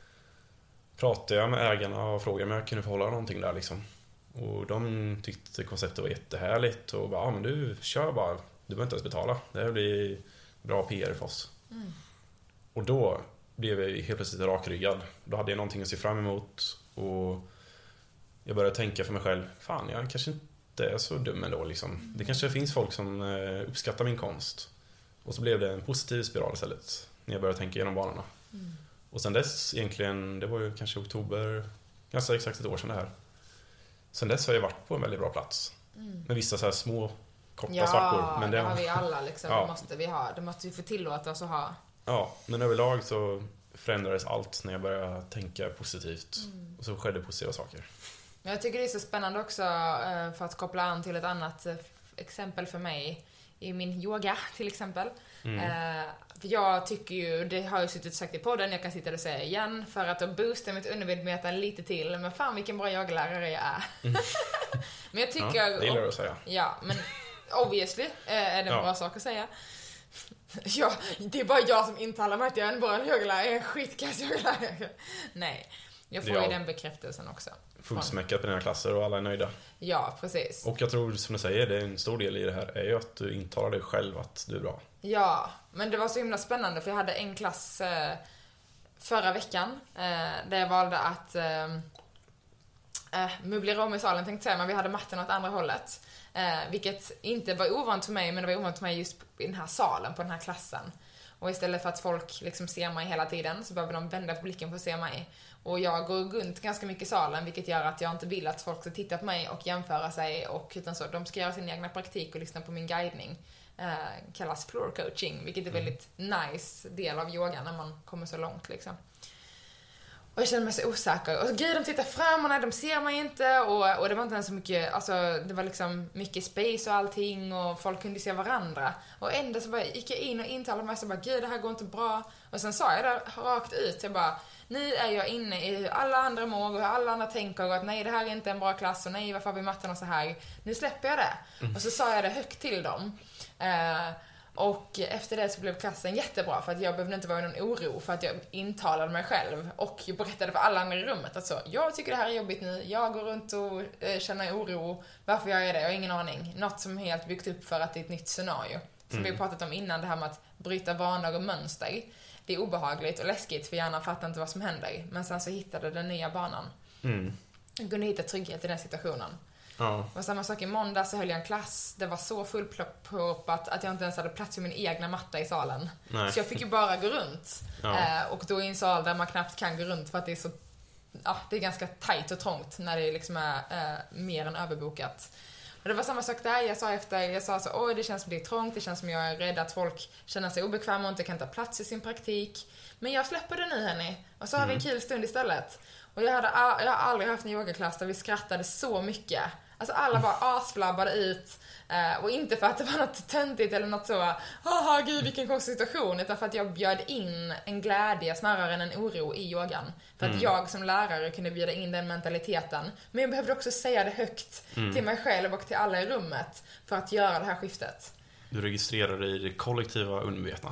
pratade jag med ägarna och frågade om jag kunde få hålla någonting där liksom. Och de tyckte konceptet var jättehärligt och bara, ja men du kör bara, du behöver inte ens betala. Det här blir bra P R för oss. Mm. Och då blev jag helt plötsligt rakryggad. Då hade jag någonting att se fram emot och jag började tänka för mig själv, fan jag kanske inte är så dum ändå liksom. Mm. Det kanske finns folk som uppskattar min konst. Och så blev det en positiv spiral istället när jag började tänka igenom banorna. Mm. Och sen dess egentligen, det var ju kanske oktober, ganska exakt ett år sedan det här. Sen dess har jag varit på en väldigt bra plats. Mm. Med vissa så här små korta ja, svackor. Men det det har vi alla liksom. Ja. Det måste vi ha. Det måste vi få tillåta oss att ha. Ja, men överlag så förändrades allt när jag började tänka positivt. Mm. Och så skedde positiva saker. Jag tycker det är så spännande också, för att koppla an till ett annat exempel för mig i min yoga till exempel. Mm. För jag tycker ju, det har jag suttit och sagt i podden, jag kan sitta och säga igen, för att då boostar mitt undermedvetna lite till. Men fan vilken bra yogalärare jag är. Mm. Men jag tycker... Ja, det gillar du att säga. Ja, men obviously är det en ja. bra sak att säga. Ja, det är bara jag som intalar mig att jag är en bra yogalärare, jag är en skitkass yogalärare. Nej, jag får ju den bekräftelsen också. Fullsmäckat på dina klasser och alla är nöjda. Ja, precis. Och jag tror, som du säger, det är en stor del i det här är ju att du intalar dig själv att du är bra. Ja, men det var så himla spännande för jag hade en klass eh, förra veckan eh, där jag valde att eh, eh, möblera om i salen, tänkte säga, men vi hade matten åt andra hållet. Eh, vilket inte var ovant för mig, men det var ovant för mig just i den här salen, på den här klassen. Och istället för att folk liksom ser mig hela tiden så behöver de vända på blicken för att se mig. Och jag går runt ganska mycket i salen, vilket gör att jag inte vill att folk ska titta på mig och jämföra sig. Och utan så, de ska göra sin egna praktik och lyssna på min guidning. Eh, kallas floor coaching, vilket är väldigt nice del av yoga när man kommer så långt liksom. Och jag kände mig så osäker. Och gud, de tittar fram och nej, de ser mig inte. Och, och det var inte ens så mycket, alltså det var liksom mycket space och allting. Och folk kunde se varandra. Och ändå så bara gick jag in och intalade mig så bara, gud det här går inte bra. Och sen sa jag det rakt ut, jag bara, nu är jag inne i hur alla andra mår och hur alla andra tänker. Och att nej, det här är inte en bra klass. Och nej, varför har vi mattorna så här? Nu släpper jag det. Mm. Och så sa jag det högt till dem. Eh, Och efter det så blev klassen jättebra, för att jag behövde inte vara i någon oro, för att jag intalade mig själv och berättade för alla andra i rummet att så, jag tycker det här är jobbigt nu, jag går runt och eh, känner oro, varför jag är det, jag har ingen aning. Något som är helt byggt upp för att det är ett nytt scenario. Som mm. vi har pratat om innan, det här med att bryta vanor och mönster. Det är obehagligt och läskigt, för hjärnan fattar inte vad som händer. Men sen så hittade den nya banan. Mm. Jag kunde hitta trygghet i den situationen. Ja. Och samma sak i måndag så höll jag en klass. Det var så fullproppat att jag inte ens hade plats i min egna matta i salen. Nej. Så jag fick ju bara gå runt. Ja. Eh, och då i en sal där man knappt kan gå runt för att det är så, ja, det är ganska tajt och trångt när det liksom är eh, mer än överbokat. Och det var samma sak där. Jag sa efter, jag sa så, oj det känns som det är trångt, det känns som jag är rädd att folk känner sig obekväma och inte kan ta plats i sin praktik. Men jag släpper det nu, hörni. Och så har mm. vi en kul stund istället. Och jag, hade, jag har aldrig haft en yogaklass där vi skrattade så mycket. Alltså alla bara asflabbade ut. Eh, och inte för att det var något töntigt eller något så, haha gud vilken konstig situation. Utan för att jag bjöd in en glädje snarare än en oro i yogan. För att mm. jag som lärare kunde bjuda in den mentaliteten. Men jag behövde också säga det högt mm. till mig själv och till alla i rummet. För att göra det här skiftet. Du registrerar i det kollektiva undermedvetna.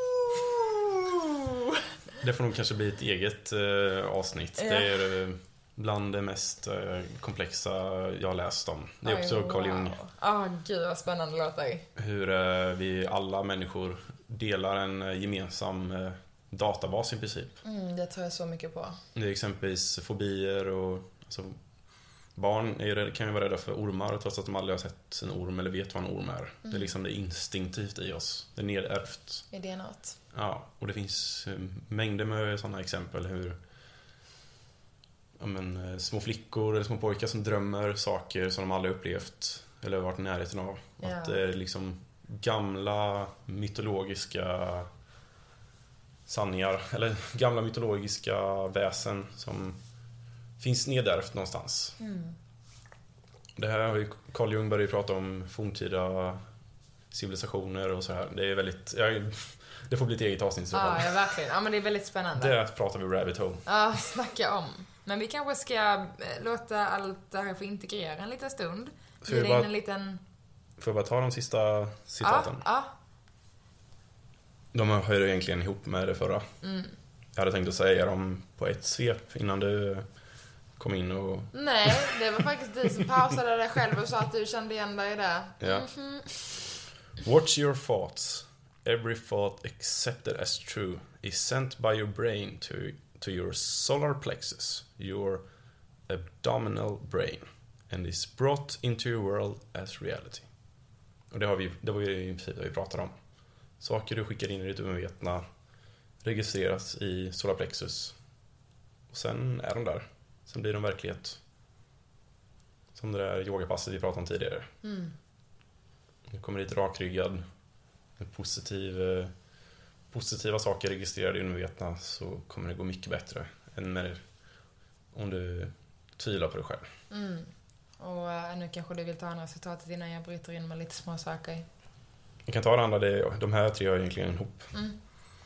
Det får nog kanske bli ett eget eh, avsnitt. Ja. Det är eh, bland det mest eh, komplexa jag har läst om. Det är också Oj, Carl Jung. Ja, oh, gud vad spännande låter. Hur eh, vi alla människor delar en eh, gemensam eh, databas i princip. Mm, det tror jag så mycket på. Det är exempelvis fobier och alltså, barn är, kan ju vara rädda för ormar trots att de aldrig har sett en orm eller vet vad en orm är. Mm. Det är liksom det är instinktivt i oss. Det är nedärvt. I D N A-t. Ja, och det finns mängder med sådana exempel hur ja, men, små flickor eller små pojkar som drömmer saker som de aldrig upplevt eller varit i närheten av. Ja. Att det är liksom gamla mytologiska sanningar eller gamla mytologiska väsen som finns nedärvt någonstans. Mm. Det här har ju Carl Jung börjat prata om forntida civilisationer och så här. Det är väldigt... Jag, det får bli ett eget avsnitt i så fall. Ja, verkligen. Ja, men det är väldigt spännande. Det pratar vi rabbit hole. Ja, snacka om. Men vi kanske ska låta allt det här få integrera en liten stund. Får jag, bara, en liten... får jag bara ta de sista citaten? Ja, ja. De hör ju egentligen ihop med det förra. Mm. Jag hade tänkt att säga dem på ett svep innan du kom in och... Nej, det var faktiskt du som pausade dig själv och sa att du kände igen dig där. Ja. Mm-hmm. Watch your thoughts. Every thought accepted as true is sent by your brain to, to your solar plexus, your abdominal brain, and is brought into your world as reality. Och det, har vi, det var ju i princip det vi pratade om. Saker du skickar in i ditt undermedvetna registreras i solar plexus. Och sen är de där. Sen blir de verklighet. Som det där yogapasset vi pratade om tidigare. Mm. Du kommer dit rakryggad med positiv, eh, positiva saker registrerade i undermedvetna, så kommer det gå mycket bättre än med, om du tvivlar på dig själv. Mm. Och uh, nu kanske du vill ta andra resultatet innan jag bryter in med lite små saker. Jag kan ta det andra, det, de här tre har egentligen ihop. Mm.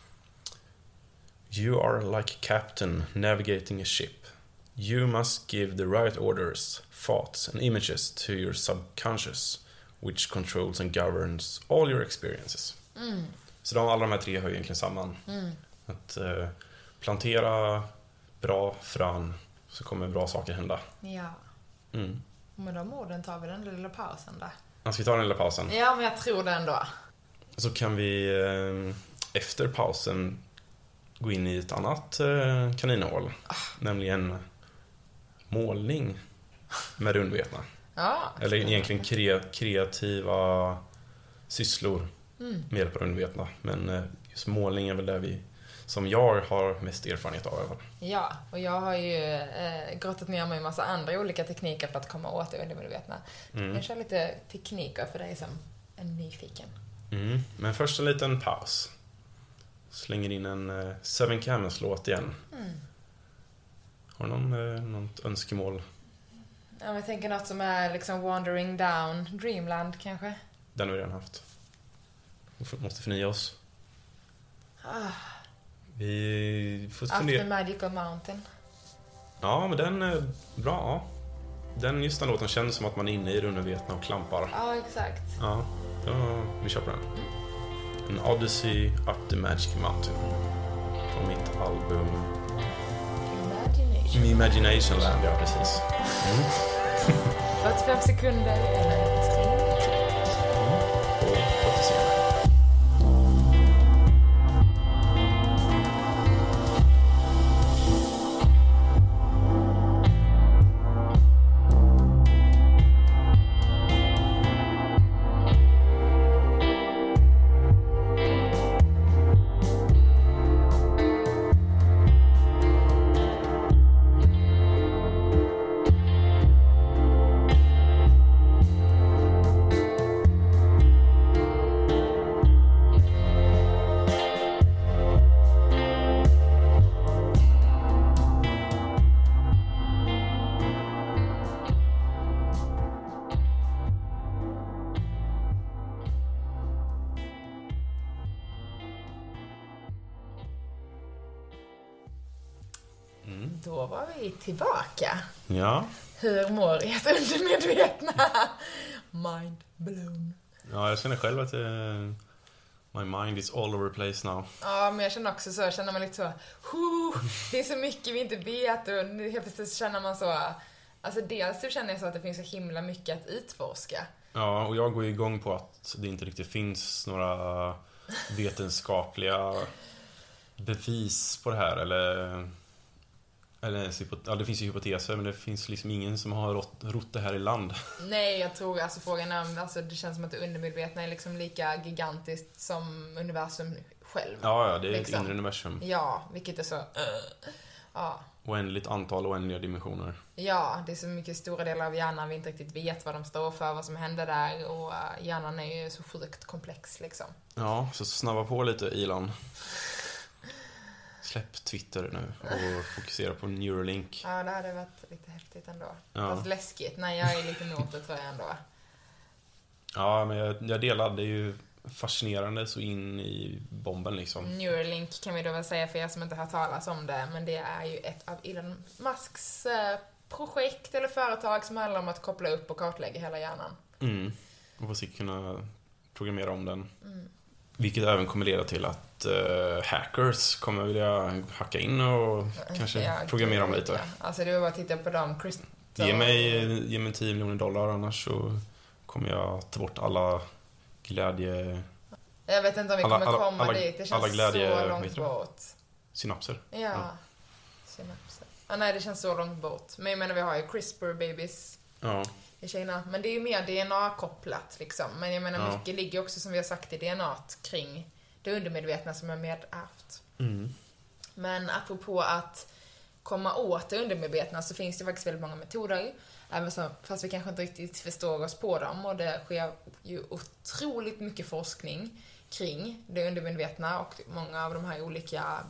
You are like a captain navigating a ship. You must give the right orders, thoughts and images to your subconscious, which controls and governs all your experiences. Mm. Så de, alla de här tre hör egentligen samman. Mm. Att eh, plantera bra frön, så kommer bra saker hända. Ja. Mm. Med de orden tar vi den lilla pausen där. Ja, ska vi ta den lilla pausen? Ja, men jag tror det ändå. Så kan vi eh, efter pausen gå in i ett annat eh, kaninhål. Ah. Nämligen målning med det undermedvetna. Ja, eller egentligen kre, kreativa sysslor mm. med hjälp av det undermedvetna. Men eh, just målning är väl där vi, som jag har mest erfarenhet av i alla fall. Ja, och jag har ju eh, grottat ner mig i en massa andra olika tekniker för att komma åt det undermedvetna. Mm. Jag kör lite tekniker för dig som är nyfiken. Mm. Men först en liten paus. Slänger in en eh, Seven Camels-låt igen. Mm. Har du någon, eh, något önskemål? Ja, men jag tänker något som är liksom Wandering Down, Dreamland kanske. Den har vi redan haft. Vi måste förnya oss. Ah. Vi får After fundera. Magical Mountain. Ja, men den är bra. Den, just den låten känns som att man är inne i det undermedvetna och klampar. Ja, exakt. Ja, då, vi kör på den. En Odyssey Up the Magic Mountain. Från mitt album Imagination. Imagination Land, ja precis. Mm. fyrtiofem sekunder eller tre minuter. Mm. Och återseende. Då var vi tillbaka. Ja. Hur mår ert undermedvetna? Mind blown. Ja, jag känner själv att uh, my mind is all over the place now. Ja, men jag känner också så. Jag känner mig lite så. Huh, det är så mycket vi inte vet. Och helt plötsligt känner man så. Alltså dels så känner jag så att det finns så himla mycket att utforska. Ja, och jag går ju igång på att det inte riktigt finns några vetenskapliga bevis på det här. Eller... Eller, ja, det finns ju hypoteser, men det finns liksom ingen som har rott, rott det här i land. Nej, jag tror alltså frågan är, alltså, det känns som att det undermedvetna är liksom lika gigantiskt som universum själv. Ja, ja, det är liksom. Ett inre universum. Ja, vilket är så... Uh, ja. Oändligt antal oändliga dimensioner. Ja, det är så mycket stora delar av hjärnan vi inte riktigt vet vad de står för, vad som händer där. Och uh, hjärnan är ju så sjukt komplex liksom. Ja, så snabba på lite, Elon. Släpp Twitter nu och fokusera på Neuralink. Ja, det hade varit lite häftigt ändå. Ja. Fast läskigt. Nej, jag är lite emot det tror jag ändå. Ja, men jag, jag delar. Det är ju fascinerande så in i bomben liksom. Neuralink kan vi då väl säga för er som inte har talas om det. Men det är ju ett av Elon Musks eh, projekt eller företag som handlar om att koppla upp och kartlägga hela hjärnan. Mm. Och på sikt kunna programmera om den. Mm. Vilket även kommer leda till att uh, hackers kommer vilja hacka in och kanske ja, programmera om lite. Ja. Alltså det var bara att titta på dem. Crystal... Ge mig, ge mig tio miljoner dollar, annars så kommer jag ta bort alla glädje... Jag vet inte om vi alla, kommer komma alla, dit. Det känns alla glädje, så långt bort. Synapser. Ja, ja. synapser. Ah, nej, det känns så långt bort. Men jag menar, vi har ju CRISPR-babies ja. i Kina. Men det är ju mer D N A-kopplat liksom. Men jag menar, ja. mycket ligger också som vi har sagt i D N A-t kring det undermedvetna som är medärvt. Mm. Men apropå att komma åt det undermedvetna så finns det faktiskt väldigt många metoder. Även så, fast vi kanske inte riktigt förstår oss på dem. Och det sker ju otroligt mycket forskning kring det undermedvetna och många av de här olika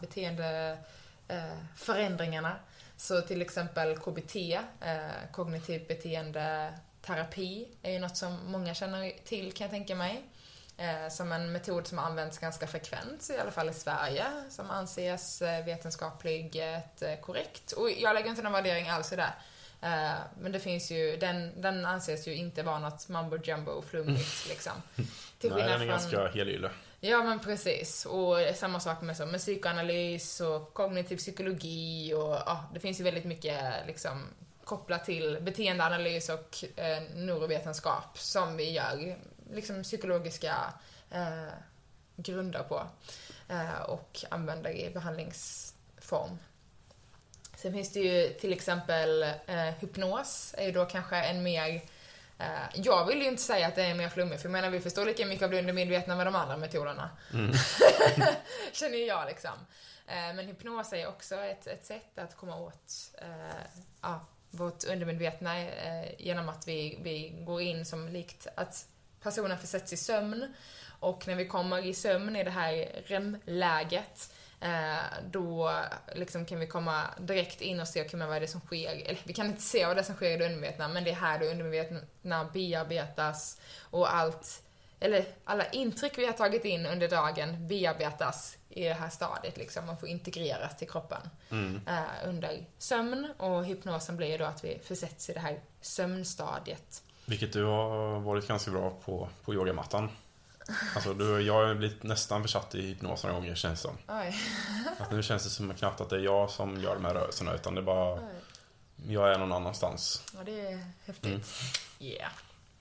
beteendeförändringarna. Så till exempel K B T, eh, kognitiv beteendeterapi, är ju något som många känner till, kan jag tänka mig. Eh, som en metod som används ganska frekvent, i alla fall i Sverige, som anses vetenskapligt eh, korrekt. Och jag lägger inte någon värdering alls i det. Eh, men det finns ju, den, den anses ju inte vara något mumbo jumbo flummigt liksom. Till Nej, den är från, ganska helylle. Ja, men precis. Och samma sak med, så, med psykoanalys och kognitiv psykologi och ja, det finns ju väldigt mycket liksom kopplat till beteendeanalys och eh, neurovetenskap som vi gör liksom psykologiska eh, grunder på eh, och använder i behandlingsform. Sen finns det ju till exempel eh, hypnos, är ju då kanske en mer eh, jag vill ju inte säga att det är mer flummigt, för jag menar vi förstår lika mycket av det undermedvetna med de andra metoderna. Mm. Känner jag liksom. Eh, men hypnos är också ett, ett sätt att komma åt eh, ja, vårt undermedvetna eh, genom att vi, vi går in som likt att personen försätts i sömn, och när vi kommer i sömn i det här R E M-läget eh, då liksom kan vi komma direkt in och se okay, men vad är det som sker, eller vi kan inte se vad det är som sker i det undermedvetna, men det är här det undermedvetna bearbetas och allt, eller alla intryck vi har tagit in under dagen bearbetas i det här stadiet liksom, man får integreras till kroppen mm. eh, under sömn, och hypnosen blir ju då att vi försätts i det här sömnstadiet. Vilket du har varit ganska bra på på yogamattan. Alltså du, jag har blivit nästan försatt i hypnos några gånger, känns det som. Oj. Att nu känns det som knappt att det är jag som gör de här rörelserna, utan det är bara Oj. Jag är någon annanstans. Ja, det är häftigt. Mm. Yeah.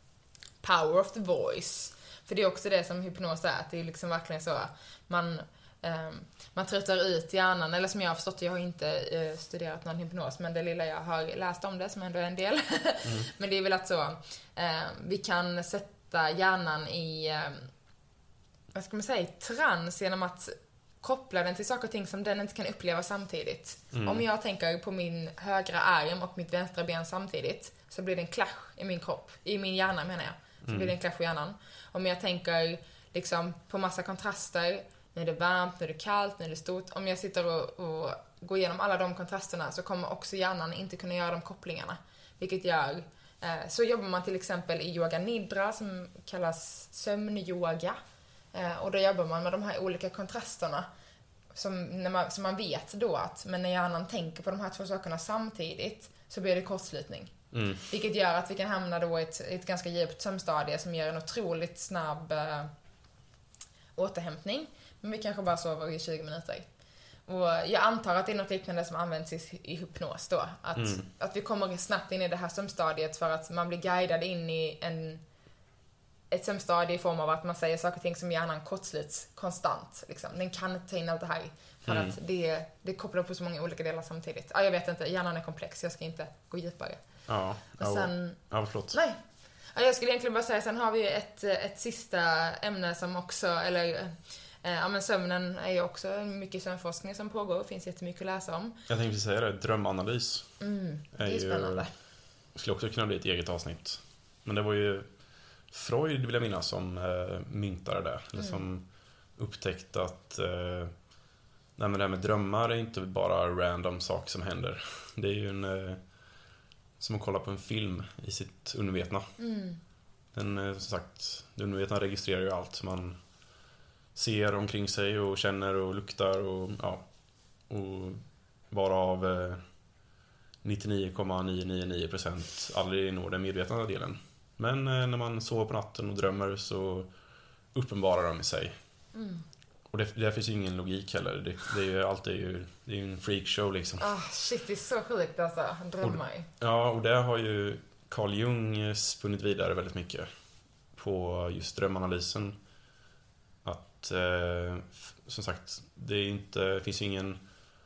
Power of the voice. För det är också det som hypnos är, att det är liksom verkligen så man Um, man tröttar ut hjärnan, eller som jag har förstått, jag har inte uh, studerat någon hypnos, men det lilla jag har läst om det, som ändå är en del mm. men det är väl att så uh, vi kan sätta hjärnan i uh, vad ska man säga, trans genom att koppla den till saker och ting som den inte kan uppleva samtidigt. Mm. Om jag tänker på min högra arm och mitt vänstra ben samtidigt, så blir det en clash i min kropp, i min hjärna menar jag, så mm. blir det en clash i hjärnan. Om jag tänker liksom på massa kontraster, när det är varmt, när det är kallt, när det är stort. Om jag sitter och, och går igenom alla de kontrasterna, så kommer också hjärnan inte kunna göra de kopplingarna. Vilket gör, eh, så jobbar man till exempel i yoga nidra, som kallas sömnyoga. Eh, och då jobbar man med de här olika kontrasterna. Som, när man, som man vet då att, men när hjärnan tänker på de här två sakerna samtidigt, så blir det kortslutning. Mm. Vilket gör att vi kan hamna då i ett, ett ganska djupt sömnstadie som ger en otroligt snabb eh, återhämtning. Men vi kanske bara sover i tjugo minuter. Och jag antar att det är något liknande som används i, i hypnos då. Att, mm. att vi kommer snabbt in i det här sömnstadiet för att man blir guidad in i en, ett sömnstadie i form av att man säger saker och ting som hjärnan kortsluts konstant. Liksom. Den kan inte ta in allt det här för mm. att det, det kopplar på så många olika delar samtidigt. Ja, jag vet inte, hjärnan är komplex, jag ska inte gå djupare. Ja, och sen, ja, förlåt. Nej. Ja, jag skulle egentligen bara säga, sen har vi ett, ett sista ämne som också, eller... Ja, men sömnen är ju också mycket sömnforskning som pågår. Det finns jättemycket att läsa om. Jag tänkte säga det, drömanalys. Mm, det är, är spännande. Ju, skulle också kunna bli ett eget avsnitt. Men det var ju Freud, vill jag minnas, som eh, myntade det. Eller mm. som upptäckte att eh, nej, men det här med drömmar är inte bara random saker som händer. Det är ju en eh, som att kolla på en film i sitt undervetna. Mm. Den, eh, som sagt, det undervetna registrerar ju allt man ser omkring sig och känner och luktar och ja, och varav eh, nittionio komma niohundranittionio procent aldrig når den medvetna delen. Men eh, när man sover på natten och drömmer så uppenbarar de i sig. Mm. Och det, det finns ju ingen logik heller. Det, det är ju alltid ju, det är ju en freakshow liksom. Ah, shit, det är så sjukt alltså. Drömmar. Ja, och det har ju Carl Jung spunnit vidare väldigt mycket på just drömanalysen. Att, eh, som sagt, det är inte, det finns ju ingen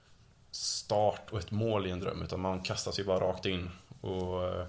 start och ett mål i en dröm, utan man kastas ju bara rakt in. Och eh,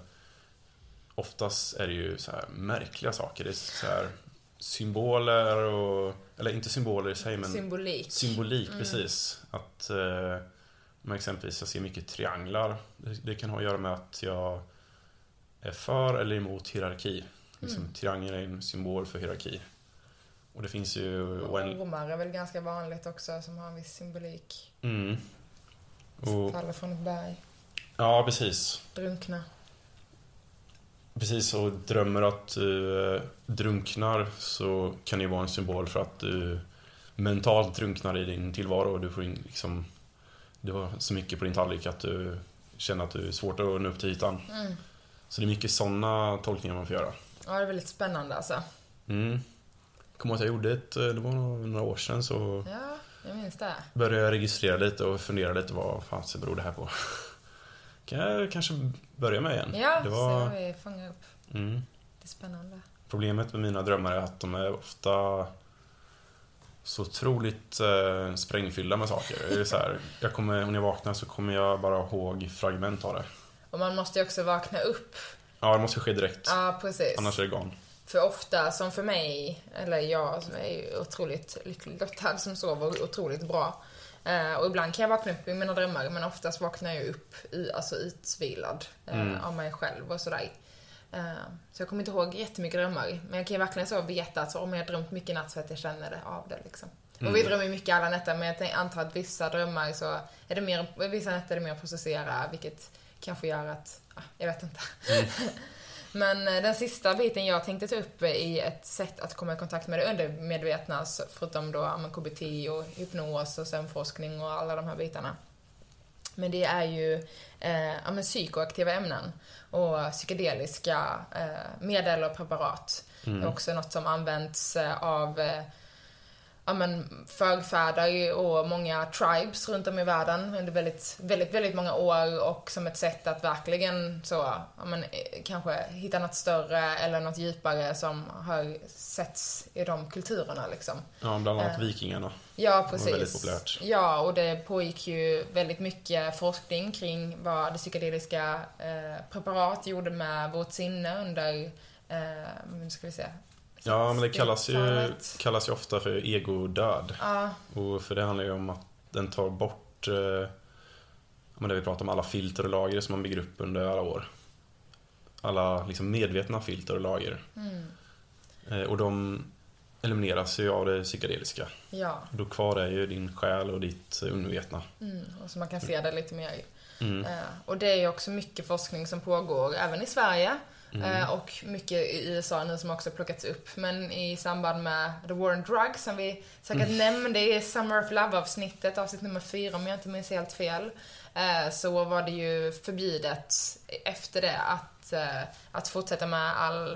oftast är det ju så här märkliga saker. Det är så här symboler och, eller inte symboler i sig, men symbolik, symbolik mm. precis. Att eh, Men exempelvis jag ser mycket trianglar. Det, det kan ha att göra med att jag är för eller emot hierarki. Liksom, Mm. triangeln är en symbol för hierarki. Och det finns ju... Och ormar är väl ganska vanligt också, som har en viss symbolik. Mm. Och, Faller från ett berg. ja, precis. Drunkna. Precis, och drömmer att du eh, drunknar så kan det ju vara en symbol för att du mentalt drunknar i din tillvaro och du får in, liksom, du har så mycket på din tallrik att du känner att du är svårt att nå upp till ytan. Mm. Så det är mycket sådana tolkningar man får göra. Ja, det är väldigt spännande alltså. Mm. Kommer att jag gjorde ett, det var några år sedan så Ja, jag minns det. började jag registrera lite och fundera lite vad fan så beror det här på. Kan jag kanske börja med igen? Ja, det var... så vi fångar upp. Mm. Det är spännande. Problemet med mina drömmar är att de är ofta så otroligt eh, sprängfyllda med saker. Det är så här, jag kommer, när jag vaknar så kommer jag bara ihåg fragment av det. Och man måste ju också vakna upp. Ja, det måste ske direkt. Ja, precis. Annars är det gone. För ofta, som för mig, eller jag som är ju otroligt lycklig lottad som sover otroligt bra. Eh, och ibland kan jag vakna upp i mina drömmar, men oftast vaknar jag upp i, alltså utvilad eh, Mm. av mig själv och sådär. Eh, så jag kommer inte ihåg jättemycket drömmar, men jag kan ju verkligen så veta att så, om jag har drömt mycket natt så att jag känner det av det liksom. Mm. Och vi drömmer mycket alla nätter, men jag tänk- antar att vissa drömmar så är det mer, vissa nätter är det mer att processera, vilket kanske gör att, ah, jag vet inte. Mm. Men eh, den sista biten jag tänkte ta upp i ett sätt att komma i kontakt med det undermedvetna, så förutom då ja, men K B T och hypnos och sömnforskning och alla de här bitarna. Men det är ju eh, ja, men psykoaktiva ämnen och psykedeliska eh, medel och preparat. Mm. Det är också något som används eh, av eh, ja, men förfäder och många tribes runt om i världen under väldigt, väldigt, väldigt många år, och som ett sätt att verkligen så, ja, men, kanske hitta något större eller något djupare som har setts i de kulturerna liksom. Ja, bland annat Eh. vikingarna. Ja, Det var väldigt precis. populärt. Ja, och det pågick ju väldigt mycket forskning kring vad det psykedeliska eh, preparat gjorde med vårt sinne under, eh, nu ska vi se. Ja, men det kallas ju, sextiotalet. kallas ju ofta för egodöd. Ja, Och för det handlar ju om att den tar bort eh, ja, men det vi pratar om, alla filter och lager som man bygger upp under alla år. Alla liksom medvetna filter och lager. mm, Eh, och de elimineras ju av det psykedeliska. ja. Då kvar är ju din själ och ditt undervetna. Mm, och så man kan se det lite mer. Mm. Eh, och det är ju också mycket forskning som pågår, även i Sverige. Mm. Eh, och mycket i U S A nu som också plockats upp. Men i samband med The War on Drugs, som vi säkert Mm. nämnde i Summer of Love-avsnittet, avsnitt nummer fyra om jag inte minns helt fel. Eh, så var det ju förbjudet efter det att, eh, att fortsätta med all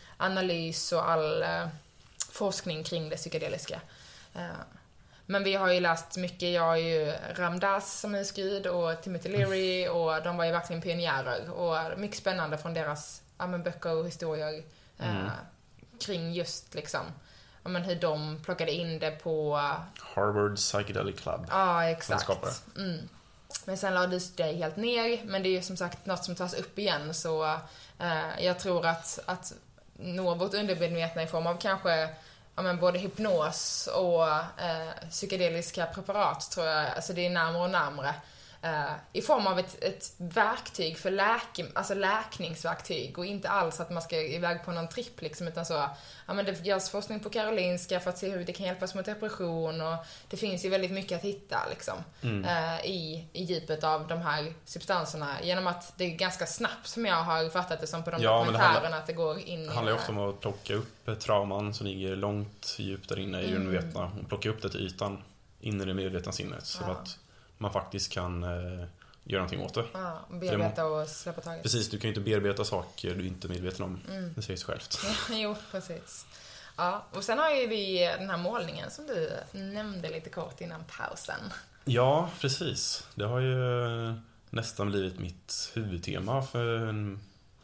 analys och all eh, forskning kring det psykedeliska. Eh, Men vi har ju läst mycket. Jag har ju Ramdas som är skrid och Timothy Leary, och de var ju verkligen pionjärer. Och mycket spännande från deras ja, men böcker och historier eh, Mm. kring just liksom ja, men hur de plockade in det på... Harvard Psychedelic Club. Ja, Den exakt. skapade. Mm. Men sen lades det helt ner, men det är ju som sagt något som tas upp igen, så eh, jag tror att, att nå vårt undermedvetna i form av kanske ja, men både hypnos och eh, psykedeliska preparat, tror jag, alltså det är närmare och närmare. Eh, I form av ett, ett verktyg för läk, alltså läkningsverktyg, och inte alls att man ska iväg på någon tripp liksom, utan så, ja men det görs forskning på Karolinska för att se hur det kan hjälpa oss mot depression, och det finns ju väldigt mycket att hitta liksom, Mm. eh, i, i djupet av de här substanserna, genom att det är ganska snabbt, som jag har fattat det som på de Ja, men det dokumentärerna, handlar- att det går in Det handlar i ju ofta om att plocka upp ett trauman som ligger långt djupt där inne i det Mm. undervetna och plocka upp det till ytan in i det medvetna sinnet så Ja. att man faktiskt kan eh, göra någonting åt det. ja, bearbeta och släppa taget. Precis, du kan ju inte bearbeta saker du inte är medveten om. Mm. Det säger sig självt. Jo, precis. Ja, och sen har ju vi den här målningen som du nämnde lite kort innan pausen. Ja, precis. Det har ju nästan blivit mitt huvudtema för en,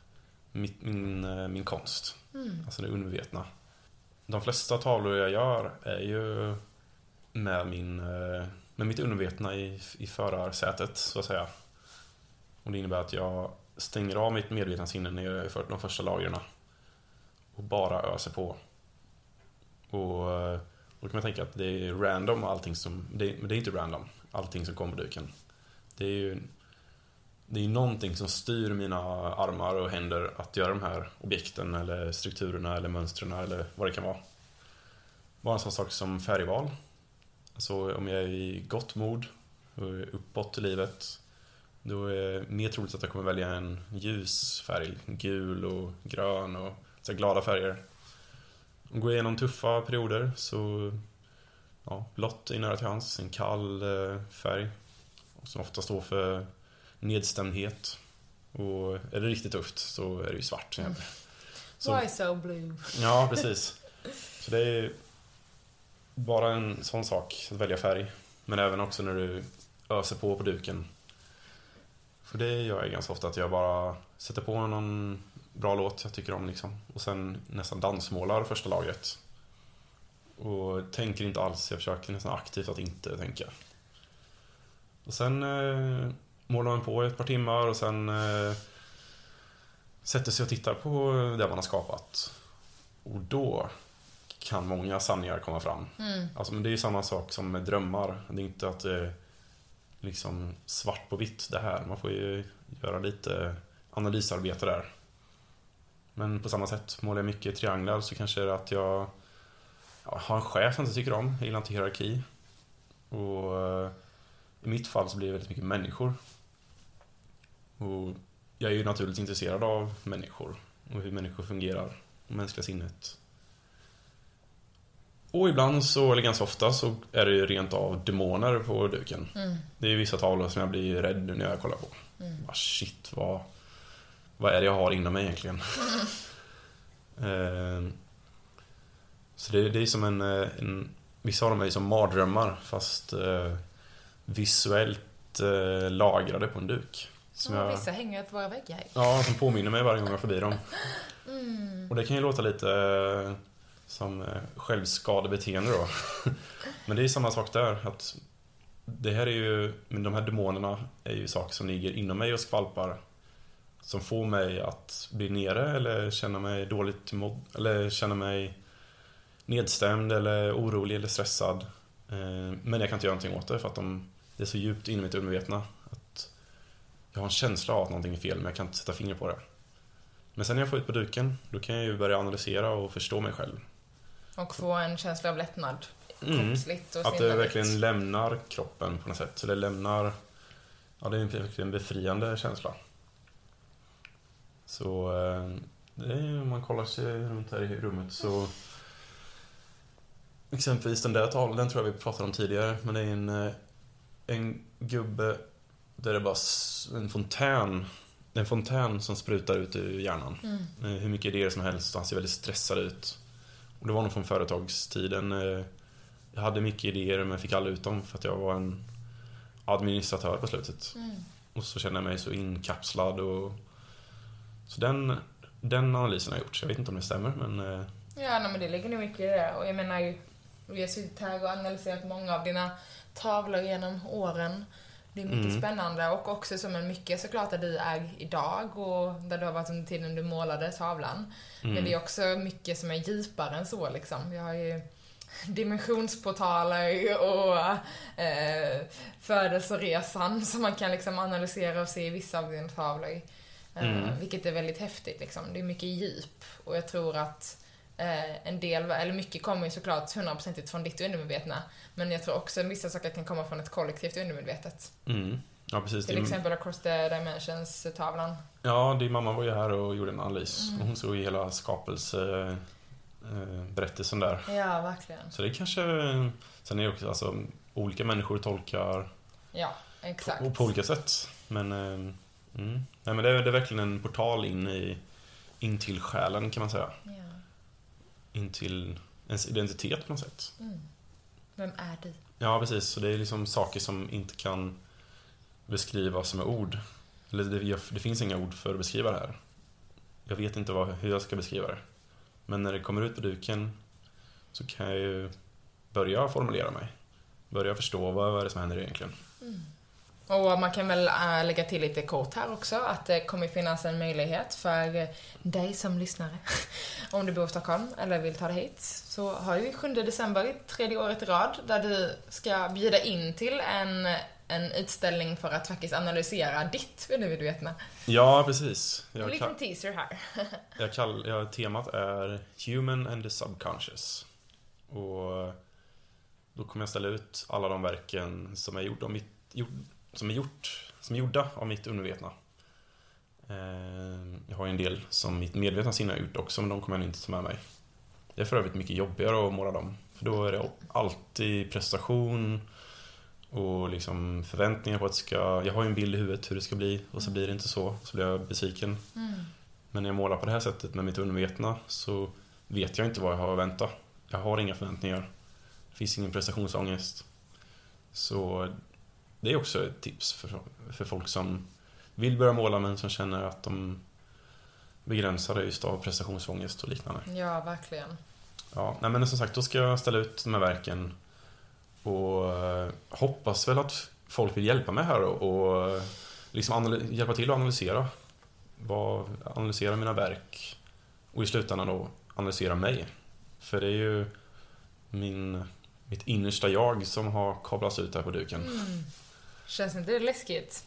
mitt, min, eh, min konst. Mm. Alltså det undervetna. De flesta tavlor jag gör är ju med, min, eh, med mitt undervetna i, i förarsätet, så att säga. Och det innebär att jag stänger av mitt medvetna sinne när jag gör de första lagren och bara öser på. Och eh, då kan man tänka att det är random allting som... Det, men det är inte random. Allting som kommer du kan Det är ju det är någonting som styr mina armar och händer att göra de här objekten eller strukturerna eller mönstren eller vad det kan vara. Bara en sån sak som färgval. Alltså om jag är i gott mod och uppåt i livet, då är det mer troligt att jag kommer välja en ljus färg, gul och grön och så glada färger. Om går igenom tuffa perioder så ja, blått är nära till hands, en kall färg som ofta står för nedstämdhet. Och är det riktigt tufft så är det ju svart. Mm. Så, Why so blue? Ja, precis. Så det är bara en sån sak att välja färg. Men även också när du öser på på duken. För det gör jag ganska ofta, att jag bara sätter på någon bra låt jag tycker om liksom. Och sen nästan dansmålar första lagret. Och tänker inte alls, jag försöker nästan aktivt att inte tänka. Och sen eh, målar man på ett par timmar och sen eh, sätter sig och tittar på det man har skapat. Och då kan många sanningar komma fram. Mm. Alltså, men det är ju samma sak som med drömmar. Det är inte att det är liksom svart på vitt det här. Man får ju göra lite analysarbete där. Men på samma sätt, målar jag mycket trianglar så kanske det är att jag, jag har en chef jag inte tycker om. Jag gillar inte hierarki. Och eh, i mitt fall så blir det väldigt mycket människor. Och jag är ju naturligt intresserad av människor och hur människor fungerar och mänskliga sinnet. Och ibland så, eller ganska ofta, så är det ju rent av demoner på duken. Mm. Det är ju vissa tavlor som jag blir rädd när jag kollar på. Mm. Ah, shit, vad, vad är det jag har inom mig egentligen? Mm. eh, så det, det är som en, en... Vissa av dem är ju som mardrömmar, fast eh, visuellt eh, lagrade på en duk. Som Ja, jag, vissa hänger på våra väggar. ja, som påminner mig varje gång jag är förbi dem. Mm. Och det kan ju låta lite eh, som eh, självskadebeteende då. Men det är ju samma sak där, att det här är ju, men de här demonerna är ju saker som ligger inom mig och skvalpar, som får mig att bli nere eller känna mig dåligt mod, eller känna mig nedstämd eller orolig eller stressad. Eh, men jag kan inte göra någonting åt det för att de, det är så djupt in i mitt undermedvetna att jag har en känsla av att någonting är fel, men jag kan inte sätta finger på det. Men sen när jag får ut på duken, då kan jag ju börja analysera och förstå mig själv. Och få en känsla av lättnad. Mm. Kroppsligt och Att det sinnligt. verkligen lämnar kroppen på något sätt. Så det lämnar, ja, det är verkligen en befriande känsla. Så eh, det är, om man kollar sig runt här i rummet så exempelvis den där tavlan, den tror jag vi pratade om tidigare, men det är en, en gubbe där det är bara en fontän, en fontän som sprutar ut ur hjärnan. Mm. Hur mycket idéer som helst, han ser väldigt stressad ut. Och det var nog från företagstiden. Jag hade mycket idéer men fick aldrig ut dem för att jag var en administratör på slutet. Mm. Och så kände jag mig så inkapslad. Och... Så den, den analysen har jag gjort. Så jag vet inte om det stämmer, men... Ja, nej, men det ligger nog mycket i det. Och jag menar ju, vi har suttit här och analyserat många av dina tavlor genom åren. Det är mycket Mm. spännande och också som en mycket såklart där du är idag och där du har varit under tiden du målade tavlan. Mm. Men det är också mycket som är djupare än så liksom. Vi har ju dimensionsportaler och eh, födelseresan som man kan liksom analysera och se i vissa av dina tavlor. Eh, Mm. Vilket är väldigt häftigt liksom. Det är mycket djup och jag tror att eh, en del, eller mycket kommer ju såklart hundra procent från ditt undermedvetna. Men jag tror också att vissa saker kan komma från ett kollektivt undermedvetet. Mm. Ja, precis. Till Din, exempel Across the Dimensions-tavlan. ja, din mamma var ju här och gjorde en analys. Mm. Och hon såg ju hela skapelse eh, berättelsen där. Ja, verkligen. Så det kanske... Sen är det också, alltså, olika människor tolkar Ja, exakt. på, på olika sätt. Men, eh, mm. Nej, men det, är, det är verkligen en portal in, i, in till själen, kan man säga. Ja. In till ens identitet på något sätt. Mm. Vem är du? Ja, precis. Så det är liksom saker som inte kan beskrivas med ord. Eller det, det finns inga ord för att beskriva det här. Jag vet inte vad, hur jag ska beskriva det. Men när det kommer ut på duken så kan jag ju börja formulera mig. Börja förstå vad, vad är det som händer egentligen. Mm. Och man kan väl äh, lägga till lite kort här också att det kommer finnas en möjlighet för dig som lyssnare om du bor i Stockholm eller vill ta dig hit, så har vi sjunde december, tredje året i rad, där du ska bjuda in till en en utställning för att faktiskt analysera ditt undermedvetna. Ja, precis. Jag En liten kall- teaser här. jag kall- ja, temat är Human and the Subconscious. Och då kommer jag ställa ut alla de verken som är, gjort av mitt, gjort, som är, gjort, som är gjorda av mitt undermedvetna. Jag har ju en del som mitt medvetna sinne har gjort också, men de kommer jag inte ta med mig. Det är för övrigt mycket jobbigare att måla dem. För då är det alltid prestation och liksom förväntningar på att det ska... Jag har ju en bild i huvudet hur det ska bli och så blir det inte så. Så blir jag besviken. Mm. Men när jag målar på det här sättet med mitt undermedvetna så vet jag inte vad jag har att vänta. Jag har inga förväntningar. Det finns ingen prestationsångest. Så det är också ett tips för, för folk som vill börja måla men som känner att de begränsade just av prestationsångest och liknande. Ja, verkligen. Ja, nej men som sagt, då ska jag ställa ut de här verken och eh, hoppas väl att folk vill hjälpa mig här och, och liksom analy- hjälpa till att analysera vad, analysera mina verk och i slutändan då analysera mig. För det är ju min, mitt innersta jag som har kablats ut här på duken. Mm. Känns inte det läskigt?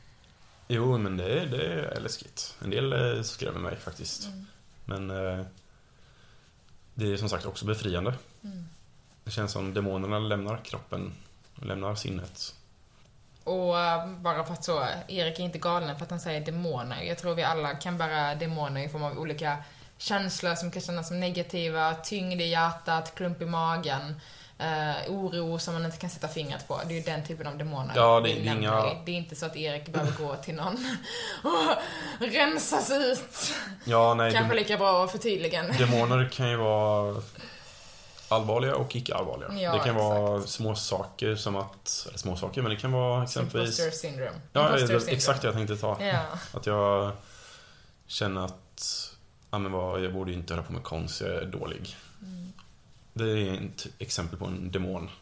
Jo, men det, är- det är läskigt. En del eh, skrämmer mig faktiskt. Mm. Men eh, det är som sagt också befriande. Mm. Det känns som demonerna lämnar kroppen, lämnar sinnet. Och äh, bara för att så, Erik är inte galen för att han säger demoner. Jag tror vi alla kan bära demoner i form av olika känslor som kan kännas som negativa, tyngd i hjärtat, klump i magen, eh, oro som man inte kan sätta fingret på. Det är ju den typen av demoner. Ja, det- vi det är nämner. inga- Det är inte så att Erik behöver gå till någon och rensas ut. Ja, nej, Kanske dem- lika bra att förtydliga. demoner kan ju vara allvarliga och icke-allvarliga. Ja, det kan vara exakt. små saker som att, eller små saker, men det kan vara exempelvis... Imposter syndrome. Ja, Imposter det, syndrome. exakt det jag tänkte ta. Ja. Att jag känner att ja, men vad, jag borde ju inte hålla på med konst, jag är dålig. Mm. Det är ett exempel på en demon.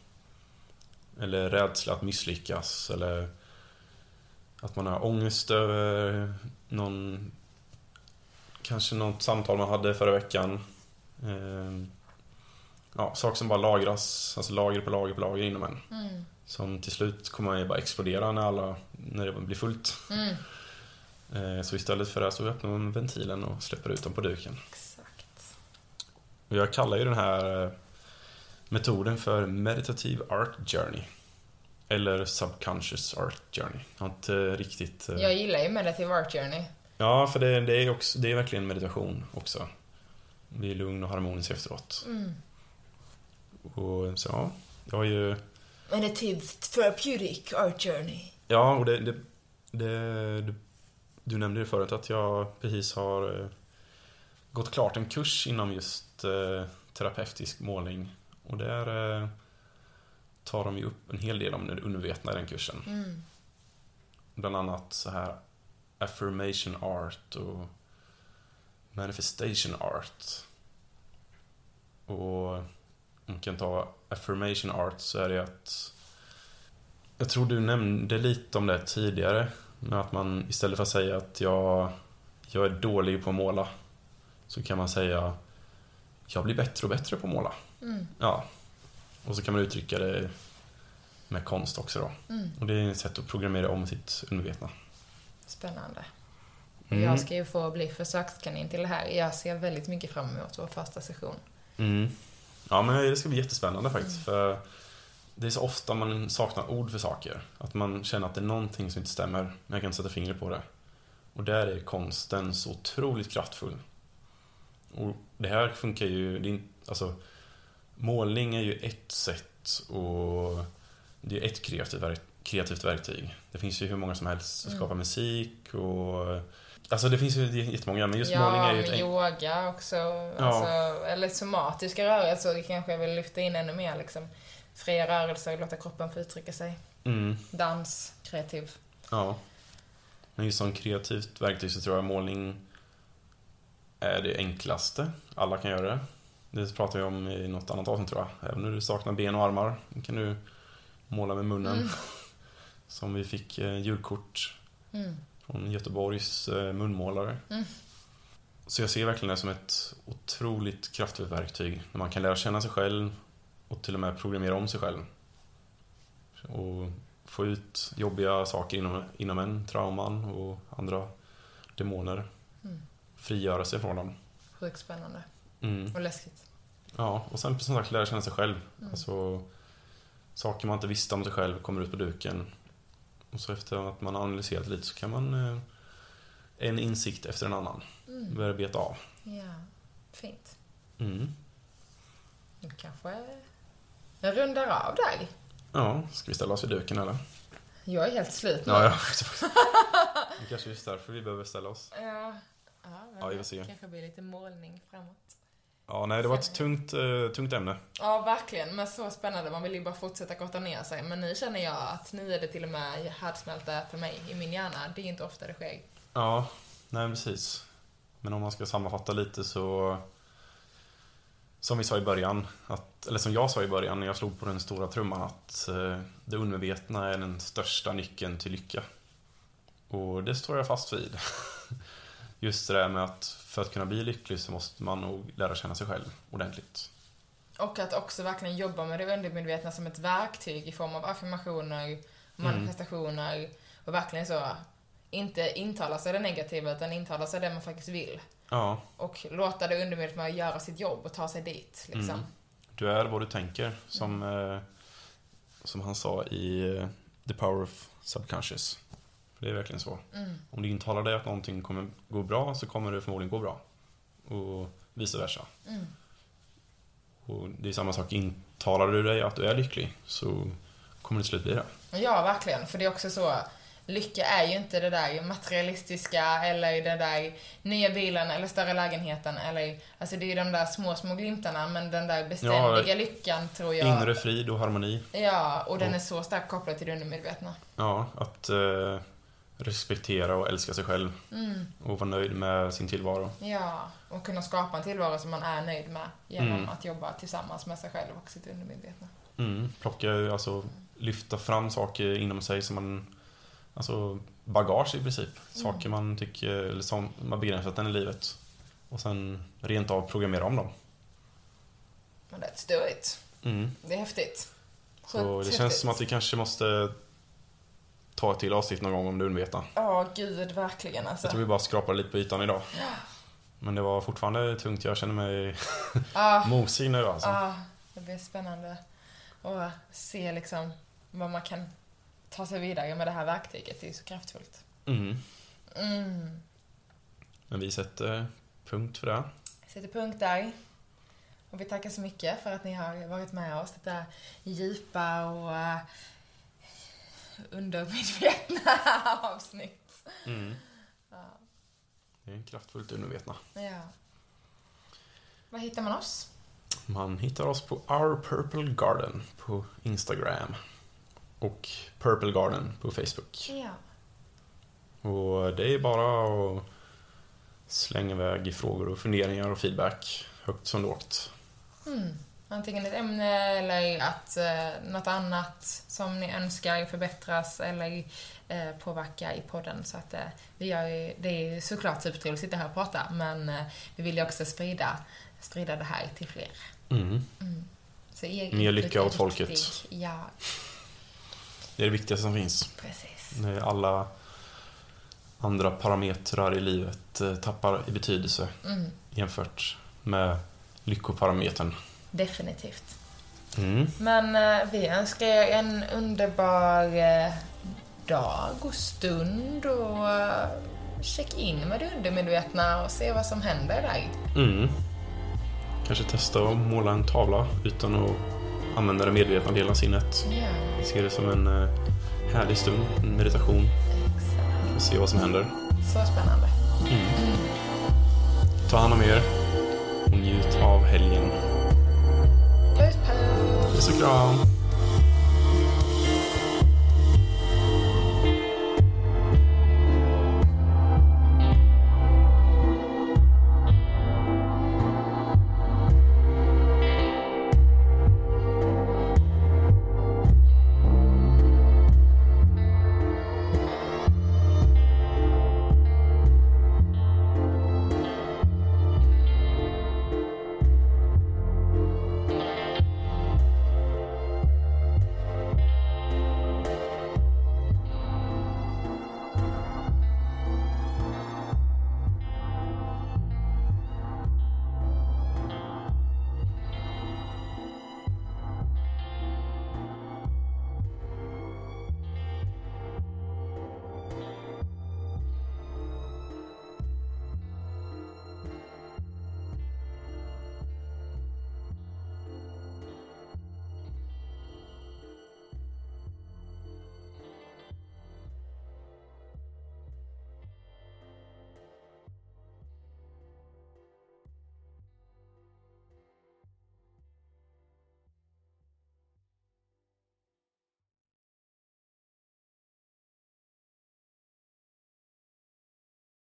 Eller rädsla att misslyckas. Eller att man har ångest över någon... Kanske något samtal man hade förra veckan. Ehm, ja, saker som bara lagras. Alltså lager på lager på lager inom en. Mm. Som till slut kommer ju bara explodera när, alla, när det blir fullt. Mm. Ehm, så istället för det så öppnar man ventilen och släpper ut dem på duken. Exakt. Och jag kallar ju den här eh, metoden för Meditative Art Journey. Eller Subconscious Art Journey. Jag har inte riktigt... eh, Jag gillar ju Meditative Art Journey. Ja, för det, det, är också, det är verkligen meditation också. Bli lugn och harmonisk efteråt. Mm. Och så, ja. Jag har ju... Meditative Therapeutic Art Journey. Ja, och det, det, det, du, du nämnde ju förut att jag precis har eh, gått klart en kurs inom just eh, terapeutisk målning. Och där eh, tar de ju upp en hel del om det undervetna i den kursen. Mm. Bland annat så här affirmation art och manifestation art. Och man kan ta affirmation art så är det att jag tror du nämnde lite om det tidigare med att man istället för att säga att jag, jag är dålig på att måla så kan man säga jag blir bättre och bättre på att måla. Mm. Ja. Och så kan man uttrycka det med konst också då. Mm. Och det är ett sätt att programmera om sitt undervetna. Spännande. Mm. Jag ska ju få bli försökskanin till det här. Jag ser väldigt mycket fram emot vår första session. Mm. Ja, men det ska bli jättespännande faktiskt. Mm. För det är så ofta man saknar ord för saker. Att man känner att det är någonting som inte stämmer. Men jag kan sätta fingret på det. Och där är konsten så otroligt kraftfull. Och det här funkar ju... Det är, alltså, målning är ju ett sätt och det är ett kreativt, verk, kreativt verktyg. Det finns ju hur många som helst som skapar mm. musik och... Alltså det finns ju jättemånga, men just ja, målning är ju... Ja, yoga också. Ja. Alltså, eller somatiska rörelser, det kanske jag vill lyfta in ännu mer. Liksom. Fria rörelser, låta kroppen få uttrycka sig. Mm. Dans, kreativ. Ja. Men just som kreativt verktyg så tror jag målning är det enklaste. Alla kan göra det. Det pratar vi om i något annat avsnitt tror jag. Även när du saknar ben och armar kan du måla med munnen. Mm. Som vi fick eh, julkort mm. från Göteborgs eh, munmålare. Mm. Så jag ser verkligen det som ett otroligt kraftfullt verktyg. När man kan lära känna sig själv och till och med programmera om sig själv. Och få ut jobbiga saker inom, inom en, trauman och andra demoner. Mm. Frigöra sig från dem. Sjukt spännande. Mm. Och läskigt. Ja, och sen som sagt lära känna sig själv. Mm. Alltså, saker man inte visste om sig själv kommer ut på duken. Och så efter att man har analyserat lite så kan man eh, en insikt efter en annan Mm. börja beta av. Ja, fint. Mm. Nu kanske jag rundar av dig. Ja, ska vi ställa oss vid duken eller? Jag är helt slut nu. Ja, ja. Det kanske är just därför vi behöver ställa oss. Ja, ja, Ja, vi det får se. kanske blir lite målning framåt. Ja, nej, det var ett tungt, eh, tungt ämne. Ja, verkligen. Men så spännande. Man vill ju bara fortsätta korta ner sig. Men nu känner jag att nu är det till och med härdsmälta för mig i min hjärna. Det är inte ofta det sker. Ja, nej precis. Men om man ska sammanfatta lite så... Som vi sa i början, att, eller som jag sa i början när jag slog på den stora trumman, att eh, det undermedvetna är den största nyckeln till lycka. Och det står jag fast vid. Just det där med att för att kunna bli lycklig så måste man nog lära känna sig själv ordentligt. Och att också verkligen jobba med det undermedvetna som ett verktyg i form av affirmationer, manifestationer mm. och verkligen så inte intala sig det negativa utan intala sig det man faktiskt vill. Ja. Och låta det undermedvetna göra sitt jobb och ta sig dit. Liksom. Mm. Du är vad du tänker, som, mm. eh, som han sa i eh, The Power of Subconscious. Det är verkligen så. Mm. Om du intalar dig att någonting kommer gå bra så kommer det förmodligen gå bra. Och vice versa. Mm. Och det är samma sak, intalar du dig att du är lycklig så kommer det slut bli det. Ja, verkligen. För det är också så, lycka är ju inte det där materialistiska eller det där nya bilen eller större lägenheten. Eller, alltså det är ju de där små, små glimtarna, men den där beständiga ja, lyckan tror jag... Inre frid och harmoni. Ja, och den är så starkt kopplad till det undermedvetna. Ja, att eh, respektera och älska sig själv. Mm. Och vara nöjd med sin tillvaro. Ja, och kunna skapa en tillvaro som man är nöjd med genom mm. att jobba tillsammans med sig själv och sitt undermedvetna. Mm. Plocka, alltså lyfta fram saker inom sig som man... Alltså bagage i princip. Saker mm. man tycker, eller som man begränsat den i livet. Och sen rent av programmera om dem. Men let's do it. Mm. Det är häftigt. Så det häftigt. Känns som att vi kanske måste ta ett till avsnitt någon gång om du undervetna. Ja, oh, gud, verkligen alltså. Jag tror vi bara skrapar lite på ytan idag. Ja. Men det var fortfarande tungt. Jag känner mig ah. mosig nu alltså. Ja, ah, det blir spännande. Och se liksom vad man kan ta sig vidare med det här verktyget. Det är så kraftfullt. Mm. Mm. Men vi sätter punkt för det. Vi sätter punkt där. Och vi tackar så mycket för att ni har varit med oss. Detta djupa och uh, undermedvetna avsnitt. Mm. Ja. Det är en kraftfullt undervetna. Ja. Var hittar man oss? Man hittar oss på Our Purple Garden på Instagram. Och Purple Garden på Facebook. Ja. Och det är bara att slänga iväg frågor och funderingar och feedback högt som lågt. Mm. Antingen ett ämne eller att eh, något annat som ni önskar förbättras eller eh, påverka i podden. Så att eh, vi gör ju, det är såklart supertrevligt att sitta här och prata, men eh, vi vill ju också sprida, sprida det här till fler. Mm. Mm. Så er mer lycka åt folket. Ja. Det är det viktigaste som finns. Precis. När alla andra parametrar i livet tappar i betydelse mm. jämfört med lyckoparametern. Definitivt. Mm. Men eh, vi önskar er en underbar eh, dag och stund och eh, check in med det undermedvetna och se vad som händer där. Mm. Kanske testa att måla en tavla utan att använda det medvetna delen av sinnet. Yeah. Se det som en eh, härlig stund, en meditation. Exakt. Och se vad som händer. Så spännande. Mm. Mm. Ta hand om er och njut av helgen. Puss, puss. Puss och kram.